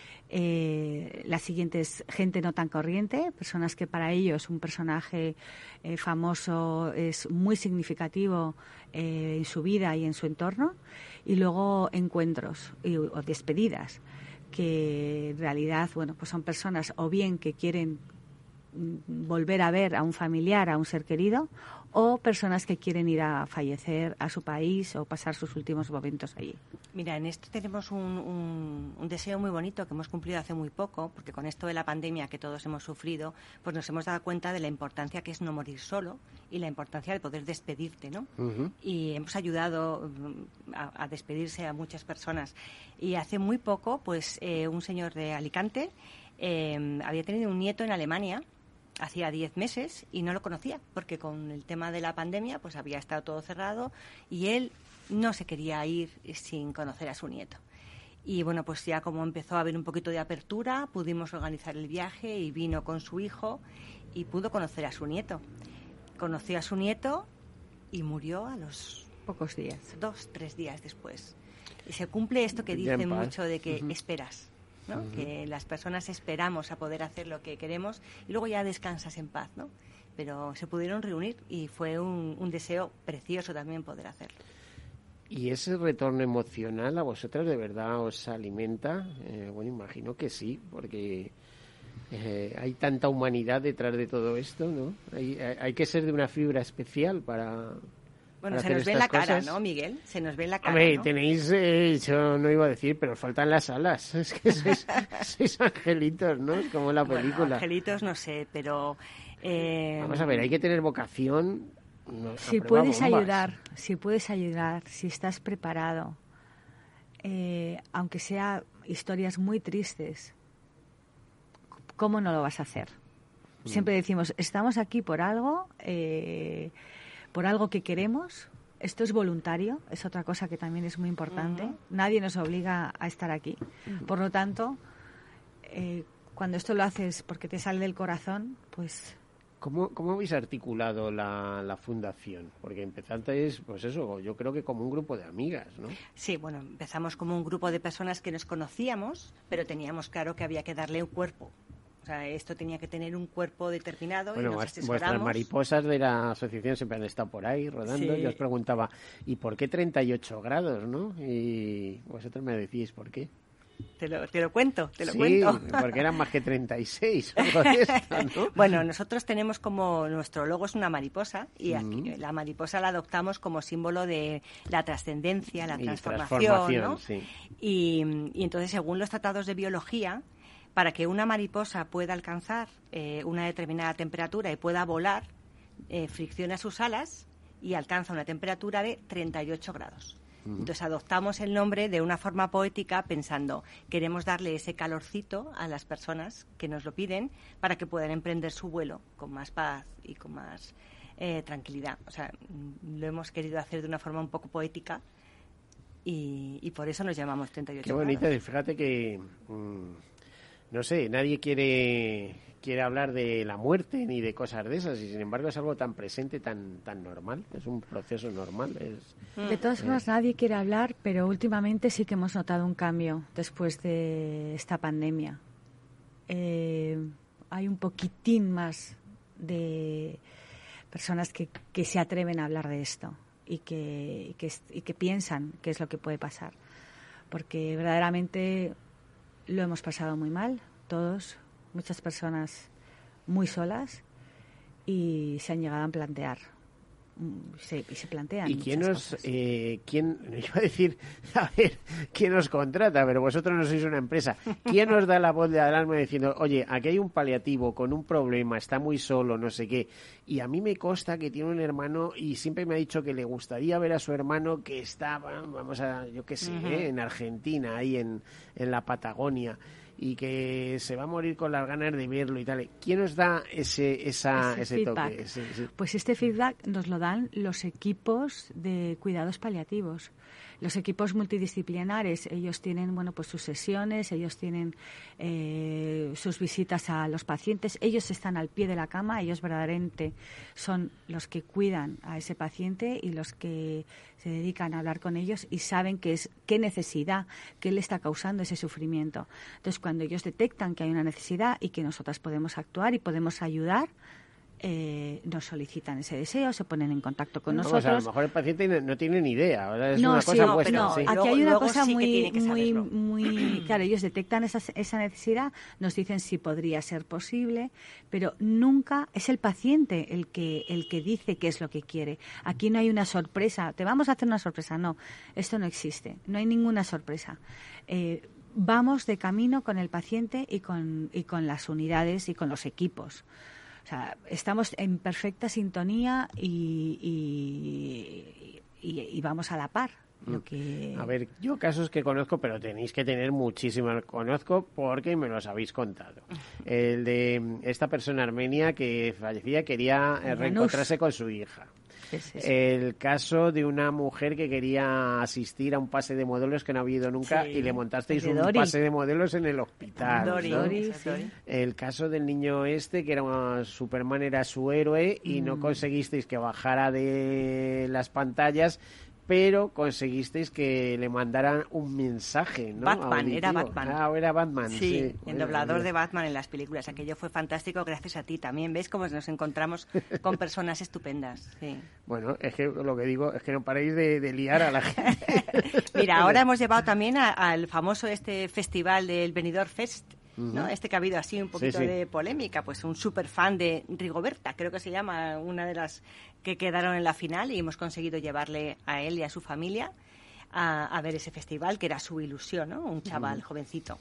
Eh, la siguiente es gente no tan corriente, personas que para ellos un personaje eh, famoso es muy significativo eh, en su vida y en su entorno, y luego encuentros y, o despedidas que en realidad, bueno, pues son personas o bien que quieren volver a ver a un familiar, a un ser querido, o personas que quieren ir a fallecer a su país o pasar sus últimos momentos allí. Mira, en esto tenemos un, un, un deseo muy bonito que hemos cumplido hace muy poco, porque con esto de la pandemia que todos hemos sufrido, pues nos hemos dado cuenta de la importancia que es no morir solo y la importancia de poder despedirte, ¿no? Uh-huh. Y hemos ayudado a, a despedirse a muchas personas. Y hace muy poco, pues eh, un señor de Alicante eh, había tenido un nieto en Alemania hacía diez meses y no lo conocía porque con el tema de la pandemia pues había estado todo cerrado y él no se quería ir sin conocer a su nieto. Y bueno, pues ya como empezó a haber un poquito de apertura, pudimos organizar el viaje y vino con su hijo y pudo conocer a su nieto. Conoció a su nieto y murió a los pocos días, dos, tres días después. Y se cumple esto que dicen mucho de que uh-huh. esperas, ¿no? Uh-huh. Que las personas esperamos a poder hacer lo que queremos y luego ya descansas en paz, ¿no? Pero se pudieron reunir y fue un, un deseo precioso también poder hacerlo. ¿Y ese retorno emocional a vosotras de verdad os alimenta? Eh, bueno, imagino que sí, porque eh, hay tanta humanidad detrás de todo esto, ¿no? Hay, hay que ser de una fibra especial para... Bueno, se nos ve en la cara, cosas. ¿No, Miguel? Se nos ve en la cara, Hombre, ¿no? tenéis, eh, yo no iba a decir, pero os faltan las alas. Es que sois, sois angelitos, ¿no? Es como la película. Bueno, angelitos no sé, pero... Eh... Vamos a ver, hay que tener vocación... No, si puedes bombas. ayudar, si puedes ayudar, si estás preparado, eh, aunque sea historias muy tristes, ¿cómo no lo vas a hacer? Mm. Siempre decimos, estamos aquí por algo, eh, por algo que queremos. Esto es voluntario, es otra cosa que también es muy importante. Uh-huh. Nadie nos obliga a estar aquí. Uh-huh. Por lo tanto, eh, cuando esto lo haces porque te sale del corazón, pues... ¿Cómo, ¿Cómo habéis articulado la, la fundación? Porque empezasteis, pues eso, yo creo que como un grupo de amigas, ¿no? Sí, bueno, empezamos como un grupo de personas que nos conocíamos, pero teníamos claro que había que darle un cuerpo. O sea, esto tenía que tener un cuerpo determinado bueno, y nos asesoramos. Vuestras mariposas de la asociación siempre han estado por ahí rodando. Sí. Yo os preguntaba, ¿y por qué treinta y ocho grados, no? Y vosotros me decís, ¿por qué? Te lo, te lo cuento, te lo sí, cuento. Porque eran más que treinta y seis. Algo de esto, ¿no? Bueno, nosotros tenemos como, nuestro logo es una mariposa y aquí, mm. la mariposa la adoptamos como símbolo de la trascendencia, la transformación, transformación, ¿no? Sí. Y, y entonces, según los tratados de biología, para que una mariposa pueda alcanzar eh, una determinada temperatura y pueda volar, eh, fricciona sus alas y alcanza una temperatura de treinta y ocho grados. Entonces adoptamos el nombre de una forma poética pensando, queremos darle ese calorcito a las personas que nos lo piden para que puedan emprender su vuelo con más paz y con más eh, tranquilidad. O sea, lo hemos querido hacer de una forma un poco poética y, y por eso nos llamamos treinta y ocho Qué bonito, grados. Fíjate que, mmm, no sé, nadie quiere... quiere hablar de la muerte ni de cosas de esas y sin embargo es algo tan presente, tan tan normal, es un proceso normal. Es, de todas formas eh. nadie quiere hablar, pero últimamente sí que hemos notado un cambio después de esta pandemia. Eh, hay un poquitín más de personas que, que se atreven a hablar de esto y que, y que, y que piensan qué es lo que puede pasar, porque verdaderamente lo hemos pasado muy mal, todos, muchas personas muy solas y se han llegado a plantear se, se plantean ¿Y quién os cosas. eh, quién iba a decir a ver quién os contrata? Pero vosotros no sois una empresa. ¿Quién os da la voz de alarma diciendo, oye, aquí hay un paliativo con un problema, está muy solo, no sé qué? Y a mí me consta que tiene un hermano y siempre me ha dicho que le gustaría ver a su hermano que está, vamos a, yo qué sé, uh-huh. ¿eh? en Argentina, ahí en, en la Patagonia, y que se va a morir con las ganas de verlo y tal. ¿Quién nos da ese esa, ese, ese toque? Ese, ese... Pues este feedback nos lo dan los equipos de cuidados paliativos. Los equipos multidisciplinares, ellos tienen, bueno, pues sus sesiones, ellos tienen eh, sus visitas a los pacientes, ellos están al pie de la cama, ellos verdaderamente son los que cuidan a ese paciente y los que se dedican a hablar con ellos y saben qué es qué necesidad, qué le está causando ese sufrimiento. Entonces, cuando ellos detectan que hay una necesidad y que nosotras podemos actuar y podemos ayudar, Eh, nos solicitan ese deseo, se ponen en contacto con no, nosotros. O sea, a lo mejor el paciente no tiene ni idea. ¿Verdad? Es no, una sí, cosa no, puesta, pero sí. aquí luego, hay una luego cosa sí muy, que muy, muy, claro, ellos detectan esa, esa necesidad, nos dicen si podría ser posible, pero nunca es el paciente el que el que dice qué es lo que quiere. Aquí no hay una sorpresa. Te vamos a hacer una sorpresa. No, esto no existe. No hay ninguna sorpresa. Eh, vamos de camino con el paciente y con y con las unidades y con los equipos. O sea, estamos en perfecta sintonía y, y, y, y vamos a la par. Lo que... A ver, yo casos que conozco, pero tenéis que tener muchísimos. Conozco porque me los habéis contado. El de esta persona armenia que fallecía quería eh, reencontrarse con su hija. Es eso. El caso de una mujer que quería asistir a un pase de modelos que no había ido nunca Sí, y le montasteis de un Dori. pase de modelos en el hospital. Dori, ¿no? Dori, sí. Dori. El caso del niño este, que era una, Superman era su héroe y Mm. no conseguisteis que bajara de las pantallas, pero conseguisteis que le mandaran un mensaje, ¿no? Batman, Auditivo. era Batman. Ah, era Batman, sí. Sí, el Bueno, doblador bueno. de Batman en las películas. Aquello fue fantástico gracias a ti también. ¿Ves cómo nos encontramos con personas estupendas? Sí. Bueno, es que lo que digo es que no paréis de, de liar a la gente. Mira, ahora hemos llevado también a- al famoso este festival del Benidorm Fest, ¿no? Ujú. Este que ha habido así un poquito Sí, sí. de polémica, pues un super fan de Rigoberta, creo que se llama, una de las que quedaron en la final, y hemos conseguido llevarle a él y a su familia a, a ver ese festival, que era su ilusión, ¿no? Un chaval jovencito.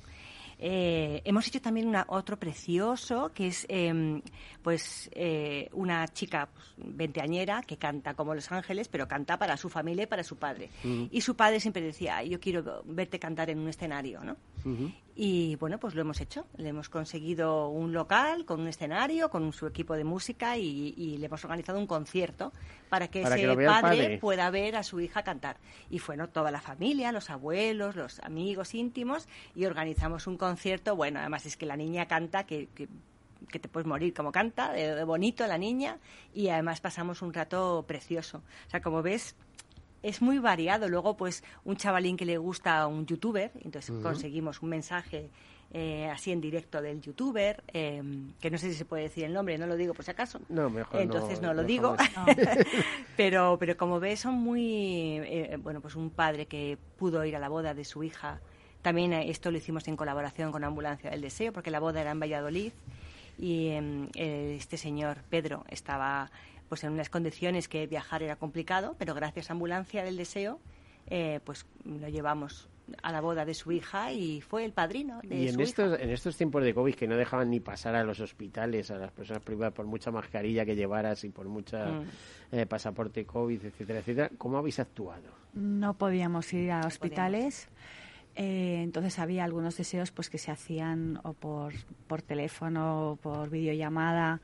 Eh, hemos hecho también una, otro precioso, que es eh, pues eh, una chica pues, veinteañera que canta como Los Ángeles, pero canta para su familia y para su padre. Ujú. Y su padre siempre decía, "Ay, yo quiero verte cantar en un escenario", ¿no? Ujú. Y bueno, pues lo hemos hecho. Le hemos conseguido un local con un escenario, con su equipo de música y, y le hemos organizado un concierto para que Para ese que lo vea el padre, padre. pueda ver a su hija cantar. Y fue, ¿no?, toda la familia, los abuelos, los amigos íntimos, y organizamos un concierto. Bueno, además es que la niña canta que... que que te puedes morir como canta, de, de bonito la niña, y además pasamos un rato precioso. O sea, como ves, es muy variado. Luego, pues, un chavalín que le gusta a un youtuber, entonces Ujú. conseguimos un mensaje eh, así en directo del youtuber, eh, que no sé si se puede decir el nombre, no lo digo por si acaso. No, mejor Entonces no, lo mejor digo. no. pero, pero como ves, son muy... eh, bueno, pues un padre que pudo ir a la boda de su hija. También eh, esto lo hicimos en colaboración con Ambulancia del Deseo, porque la boda era en Valladolid. Y eh, este señor, Pedro, estaba pues en unas condiciones que viajar era complicado, pero gracias a Ambulancia del Deseo, eh, pues lo llevamos a la boda de su hija y fue el padrino de Y en su estos, hija. en estos tiempos de COVID que no dejaban ni pasar a los hospitales, a las personas privadas, por mucha mascarilla que llevaras y por mucha Mm. eh, pasaporte COVID, etcétera, etcétera, ¿cómo habéis actuado? No podíamos ir a hospitales. Eh, entonces había algunos deseos pues que se hacían o por, por teléfono o por videollamada.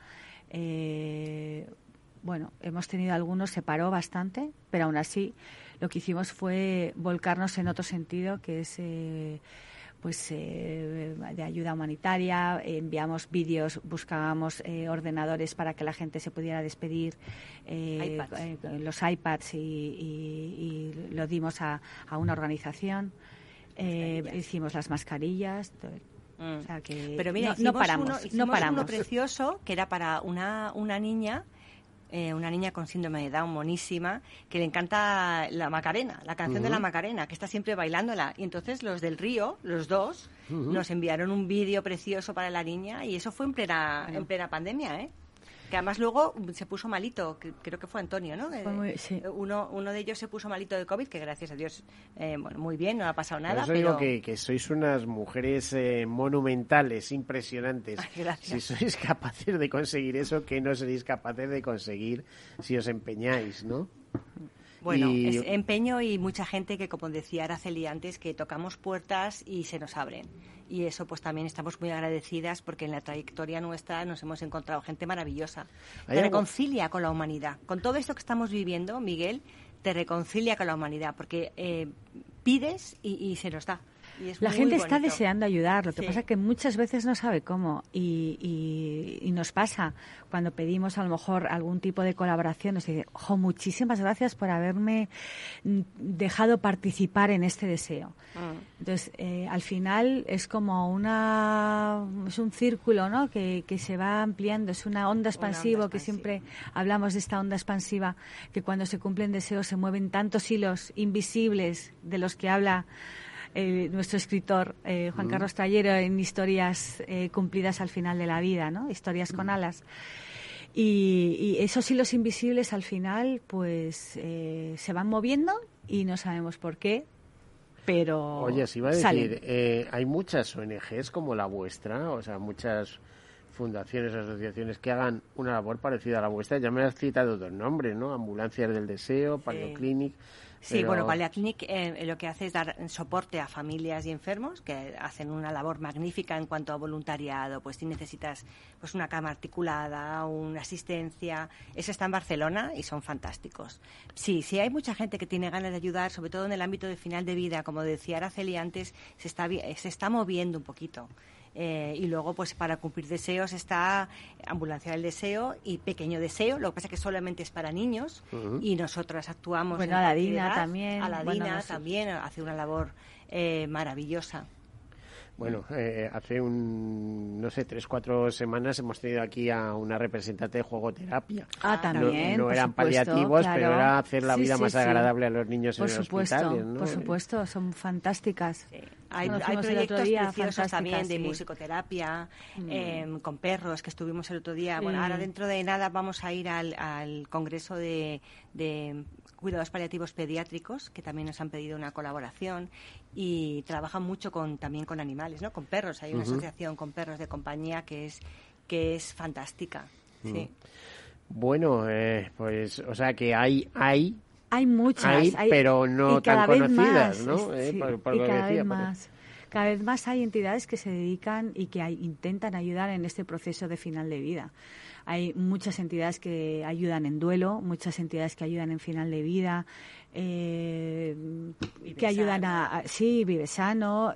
Eh, bueno, hemos tenido algunos, se paró bastante, pero aún así lo que hicimos fue volcarnos en otro sentido, que es eh, pues eh, de ayuda humanitaria. Eh, enviamos vídeos, buscábamos eh, ordenadores para que la gente se pudiera despedir, eh, iPads. eh, los iPads y, y- y lo dimos a, a una organización. Eh, hicimos las mascarillas. todo. Mm. O sea que Pero mira, no, hicimos, no paramos, uno, no hicimos paramos. uno precioso que era para una, una niña, eh, una niña con síndrome de Down monísima, que le encanta la Macarena, la canción de la Ujú. Macarena, que está siempre bailándola. Y entonces los del Río, los dos, Ujú. nos enviaron un vídeo precioso para la niña, y eso fue en plena, Bueno. en plena pandemia, ¿eh? Que además luego se puso malito, que- creo que fue Antonio, ¿no? Fue muy- sí. Eh, Uno, uno de ellos se puso malito de COVID, que gracias a Dios, eh, bueno, muy bien, no ha pasado Por nada. eso pero... digo que, que sois unas mujeres eh, monumentales, impresionantes. Ay, gracias. Si sois capaces de conseguir eso, que no seréis capaces de conseguir si os empeñáis, ¿no? Bueno, Y- es empeño y mucha gente que, como decía Araceli antes, que tocamos puertas y se nos abren. Y eso pues también estamos muy agradecidas, porque en la trayectoria nuestra nos hemos encontrado gente maravillosa. ¿Hay Te algo- reconcilia con la humanidad. Con todo esto que estamos viviendo, Miguel, te reconcilia con la humanidad, porque eh, pides y, y se nos da. Y es La muy gente está bonito. deseando ayudar, lo que Sí. pasa es que muchas veces no sabe cómo y, y- y nos pasa cuando pedimos a lo mejor algún tipo de colaboración, nos dice, ojo, muchísimas gracias por haberme mm, dejado participar en este deseo. Mm. Entonces, eh, al final es como una, es un círculo, ¿no?, que, que se va ampliando, es una onda expansiva, que siempre hablamos de esta onda expansiva, que cuando se cumplen deseos se mueven tantos hilos invisibles de los que habla eh, nuestro escritor eh, Juan Mm. Carlos Trayero en Historias eh, cumplidas al final de la vida, ¿no?, Historias con alas. Y, y esos hilos invisibles al final pues eh, se van moviendo y no sabemos por qué, pero Oye, os iba a salen. decir, eh, hay muchas O N Ges como la vuestra, o sea, muchas fundaciones, asociaciones que hagan una labor parecida a la vuestra. Ya me has citado dos nombres, ¿no? Ambulancias del Deseo, Paleoclinic. Sí, pero... bueno, Paleoclinic eh, lo que hace es dar soporte a familias y enfermos que hacen una labor magnífica en cuanto a voluntariado. Pues si necesitas pues una cama articulada, una asistencia, ese está en Barcelona y son fantásticos. Sí, sí hay mucha gente que tiene ganas de ayudar, sobre todo en el ámbito de final de vida, como decía Araceli antes, se está se está moviendo un poquito. Eh, y luego, pues para cumplir deseos está Ambulancia del Deseo y Pequeño Deseo, lo que pasa es que solamente es para niños. Uh-huh. Y nosotras actuamos bueno, en Aladina también. Aladina bueno, no sé. también hace una labor eh, maravillosa. Bueno, eh, hace un, no sé, tres, cuatro semanas hemos tenido aquí a una representante de jugoterapia. Ah, también, No, no eran supuesto, paliativos, claro. pero era hacer la sí, vida sí, más sí. agradable a los niños por en los supuesto, hospitales, ¿no? Por supuesto, son fantásticas. Sí. Hay, Nos hay proyectos día, preciosos también de sí. musicoterapia, mm. eh, con perros, que estuvimos el otro día. Sí. Bueno, ahora dentro de nada vamos a ir al, al Congreso de, de Cuidados Paliativos Pediátricos, que también nos han pedido una colaboración, y trabajan mucho con también con animales, ¿no? Con perros. Hay una uh-huh. asociación con perros de compañía que es que es fantástica. Uh-huh. Sí. Bueno, eh, pues, o sea que hay hay hay muchas, hay, hay, pero no tan conocidas, más, ¿no? Es, eh, sí, por, por y lo cada que decía, vez más. Porque... Cada vez más hay entidades que se dedican y que hay, intentan ayudar en este proceso de final de vida. Hay muchas entidades que ayudan en duelo, muchas entidades que ayudan en final de vida, eh, que ayudan a, a... Sí, Vive Sano,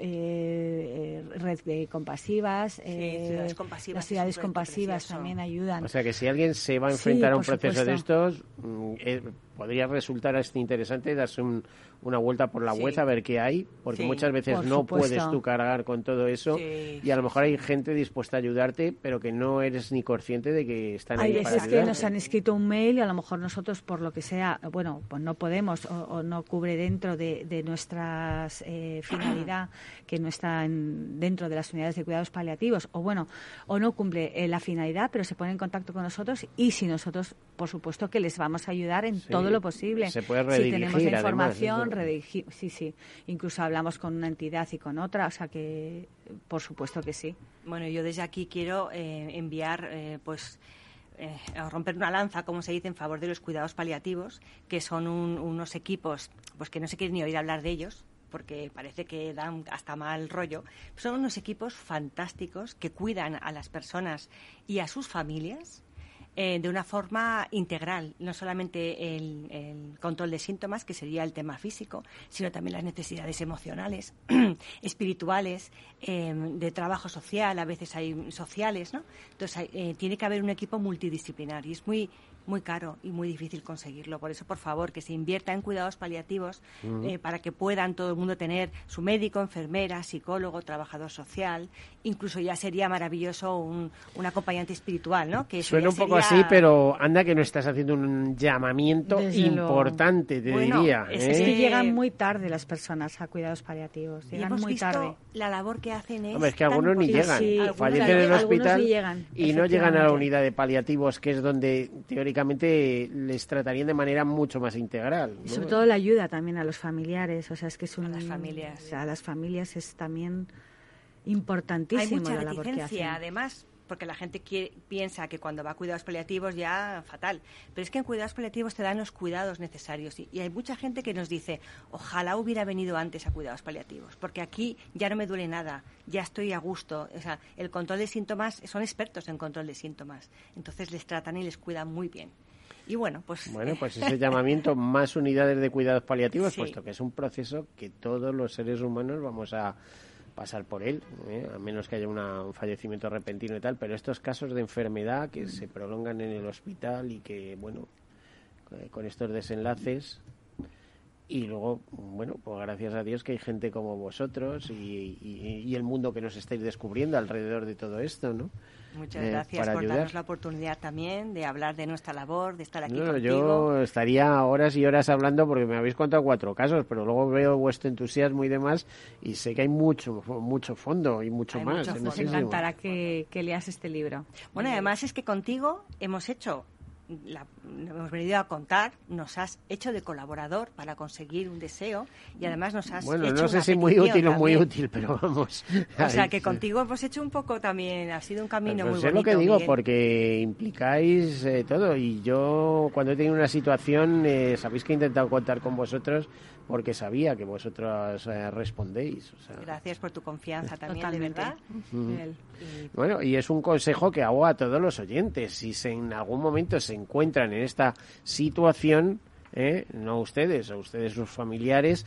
eh, eh, Red de Compasivas, sí, eh, ciudades compasivas, las ciudades es compasivas precioso. También ayudan. O sea que si alguien se va a enfrentar sí, a un proceso supuesto. de estos, eh, podría resultar hasta interesante darse un, una vuelta por la web sí. a ver qué hay, porque sí, muchas veces no supuesto. puedes tú cargar con todo eso sí, y a lo mejor hay gente dispuesta a ayudarte, pero que no eres ni consciente de que están hay ahí para veces ayudarte. que nos han escrito un mail y a lo mejor nosotros por lo que sea, bueno, pues no podemos o, o no cubre dentro de, de nuestra eh, finalidad, que no está en, dentro de las unidades de cuidados paliativos, o bueno, o no cumple eh, la finalidad, pero se pone en contacto con nosotros y si nosotros, por supuesto, que les vamos a ayudar en sí, todo lo posible. Se puede redirigir, si tenemos la información, además, redirigir, sí, sí. Incluso hablamos con una entidad y con otra, o sea que, por supuesto que sí. Bueno, yo desde aquí quiero eh, enviar, eh, pues, eh, a romper una lanza, como se dice, en favor de los cuidados paliativos, que son un, unos equipos, pues que no se quiere ni oír hablar de ellos, porque parece que dan hasta mal rollo. Son unos equipos fantásticos que cuidan a las personas y a sus familias eh, de una forma integral, no solamente el, el control de síntomas, que sería el tema físico, sino también las necesidades emocionales, espirituales, eh, de trabajo social, a veces hay sociales, ¿no? Entonces hay, eh, tiene que haber un equipo multidisciplinar y es muy muy caro y muy difícil conseguirlo. Por eso, por favor, que se invierta en cuidados paliativos uh-huh. eh, para que puedan todo el mundo tener su médico, enfermera, psicólogo, trabajador social. Incluso ya sería maravilloso un, un acompañante espiritual, ¿no? Que suena un sería... poco así, pero anda que no estás haciendo un llamamiento Desde importante, lo... te bueno, diría. Es, ¿eh? es que llegan muy tarde las personas a cuidados paliativos. Llegan y hemos muy visto tarde. La labor que hacen es... Hombre, es que algunos ni llegan. Sí, fallecen en el hospital llegan, y no llegan a la unidad de paliativos, que es donde teóricamente les tratarían de manera mucho más integral, ¿no? Y sobre todo la ayuda también a los familiares, o sea, es que es un, a las familias. O sea, a las familias es también importantísimo. Hay mucha la labor que hacen. Además, porque la gente quiere, piensa que cuando va a cuidados paliativos ya fatal, pero es que en cuidados paliativos te dan los cuidados necesarios y, y hay mucha gente que nos dice, ojalá hubiera venido antes a cuidados paliativos, porque aquí ya no me duele nada, ya estoy a gusto, o sea, el control de síntomas, son expertos en control de síntomas, entonces les tratan y les cuidan muy bien. Y bueno, pues... Bueno, pues ese llamamiento, más unidades de cuidados paliativos, sí. puesto que es un proceso que todos los seres humanos vamos a pasar por él, ¿eh? A menos que haya una, un fallecimiento repentino y tal, pero estos casos de enfermedad que mm. se prolongan en el hospital y que, bueno, con estos desenlaces... Y luego, bueno, pues gracias a Dios que hay gente como vosotros y, y, y el mundo que nos estáis descubriendo alrededor de todo esto, ¿no? Muchas eh, gracias por ayudar. darnos la oportunidad también de hablar de nuestra labor, de estar aquí no, contigo. Yo estaría horas y horas hablando porque me habéis contado cuatro casos, pero luego veo vuestro entusiasmo y demás y sé que hay mucho mucho fondo y mucho hay más. Mucho Nos encantará que, que leas este libro. Bueno, y además es que contigo hemos hecho la, hemos venido a contar, nos has hecho de colaborador para conseguir un deseo y además nos has bueno, hecho no sé una si muy útil petición o muy también. útil, pero vamos. O sea, Ay, que sí. contigo hemos hecho un poco también, ha sido un camino Pues muy es bonito, lo que digo, Miguel. porque implicáis eh, todo. Y yo, cuando he tenido una situación, eh, sabéis que he intentado contar con vosotros porque sabía que vosotros eh, respondéis. O sea. Gracias por tu confianza también, Totalmente. de verdad. Mm. Y- Bueno, y es un consejo que hago a todos los oyentes. Si se, en algún momento se encuentran en esta situación, ¿eh? no ustedes, o ustedes sus familiares,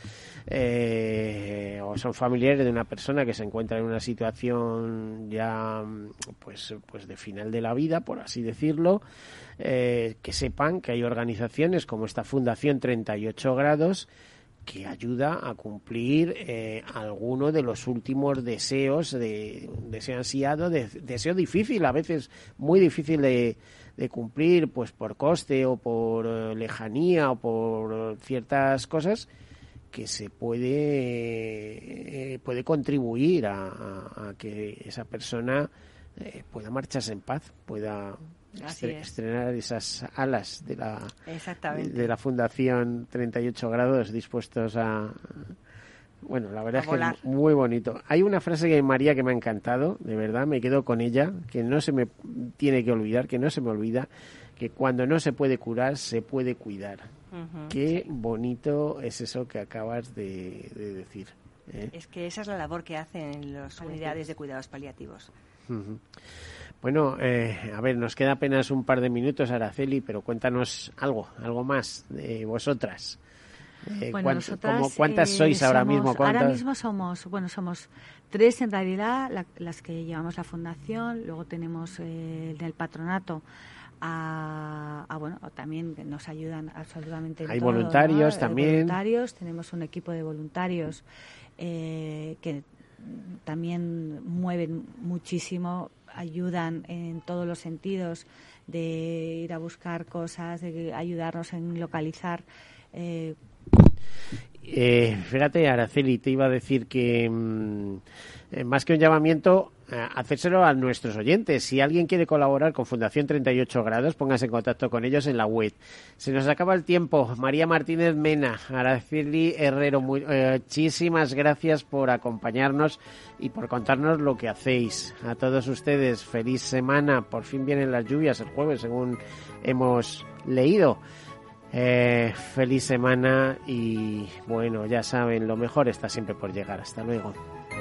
eh, o son familiares de una persona que se encuentra en una situación ya pues, pues de final de la vida, por así decirlo, eh, que sepan que hay organizaciones como esta Fundación treinta y ocho grados que ayuda a cumplir eh, alguno de los últimos deseos, de deseo ansiado, de, deseo difícil, a veces muy difícil de, de cumplir, pues por coste o por eh, lejanía o por ciertas cosas, que se puede, eh, puede contribuir a, a, a que esa persona eh, pueda marcharse en paz, pueda Así estre- es. estrenar esas alas de la Exactamente. de la Fundación treinta y ocho grados dispuestos a... Bueno, la verdad A es volar. que es muy bonito. Hay una frase de María que me ha encantado, de verdad, me quedo con ella, que no se me tiene que olvidar, que no se me olvida, que cuando no se puede curar, se puede cuidar. Ujú, Qué sí. bonito es eso que acabas de, de decir. ¿eh? Es que esa es la labor que hacen las unidades de cuidados paliativos. Ujú. Bueno, eh, a ver, nos queda apenas un par de minutos, Araceli, pero cuéntanos algo, algo más de vosotras. Eh, Bueno, ¿cuánt- nosotras, cómo- ¿Cuántas eh, sois ahora somos- mismo? Ahora ¿Cuántas? mismo somos, bueno, somos tres en realidad, la- las que llevamos la fundación, luego tenemos eh, del patronato a, a, bueno, también que nos ayudan absolutamente en Hay todo, voluntarios ¿no? Eh, también. Voluntarios, tenemos un equipo de voluntarios eh, que también mueven muchísimo, ayudan en todos los sentidos de ir a buscar cosas, de ayudarnos en localizar. Eh, Eh, fíjate, Araceli, te iba a decir que mm, eh, más que un llamamiento, eh, hacérselo a nuestros oyentes. Si alguien quiere colaborar con Fundación treinta y ocho grados, póngase en contacto con ellos en la web. Se nos acaba el tiempo. María Martínez Mena, Araceli Herrero, muy- eh, muchísimas gracias por acompañarnos y por contarnos lo que hacéis. A todos ustedes, feliz semana. Por fin vienen las lluvias el jueves, según hemos leído. Eh, feliz semana y bueno, ya saben, lo mejor está siempre por llegar. Hasta luego.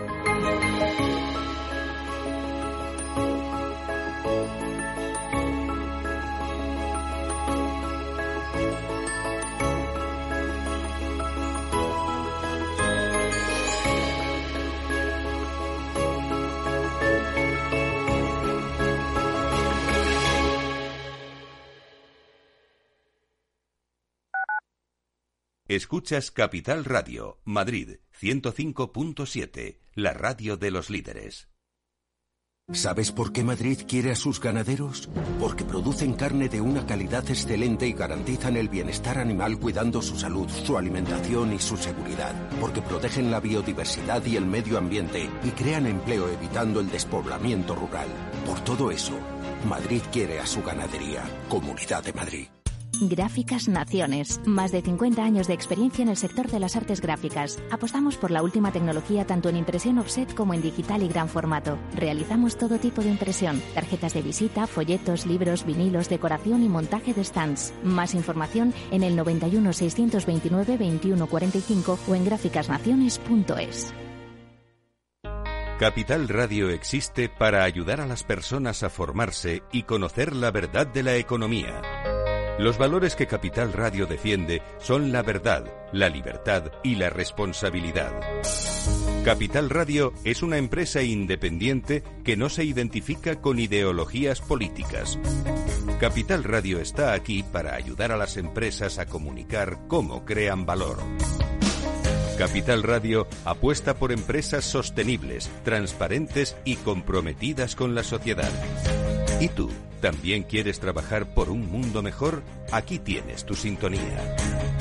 Escuchas Capital Radio, Madrid, ciento cinco punto siete, la radio de los líderes. ¿Sabes por qué Madrid quiere a sus ganaderos? Porque producen carne de una calidad excelente y garantizan el bienestar animal cuidando su salud, su alimentación y su seguridad. Porque protegen la biodiversidad y el medio ambiente y crean empleo evitando el despoblamiento rural. Por todo eso, Madrid quiere a su ganadería. Comunidad de Madrid. Gráficas Naciones. Más de cincuenta años de experiencia en el sector de las artes gráficas. Apostamos por la última tecnología tanto en impresión offset como en digital y gran formato. Realizamos todo tipo de impresión. Tarjetas de visita, folletos, libros, vinilos, decoración y montaje de stands. Más información en el noventa y uno, seiscientos veintinueve, veintiuno cuarenta y cinco o en gráficas naciones punto es. Capital Radio existe para ayudar a las personas a formarse y conocer la verdad de la economía. Los valores que Capital Radio defiende son la verdad, la libertad y la responsabilidad. Capital Radio es una empresa independiente que no se identifica con ideologías políticas. Capital Radio está aquí para ayudar a las empresas a comunicar cómo crean valor. Capital Radio apuesta por empresas sostenibles, transparentes y comprometidas con la sociedad. ¿Y tú? ¿También quieres trabajar por un mundo mejor? Aquí tienes tu sintonía.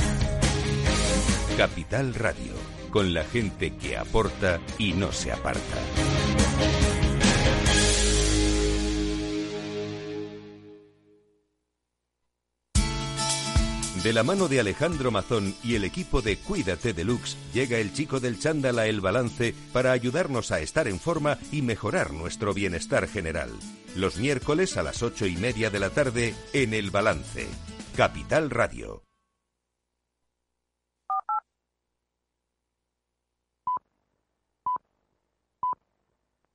Capital Radio, con la gente que aporta y no se aparta. De la mano de Alejandro Mazón y el equipo de Cuídate Deluxe, llega el chico del chándal a El Balance para ayudarnos a estar en forma y mejorar nuestro bienestar general. Los miércoles a las ocho y media de la tarde en El Balance. Capital Radio.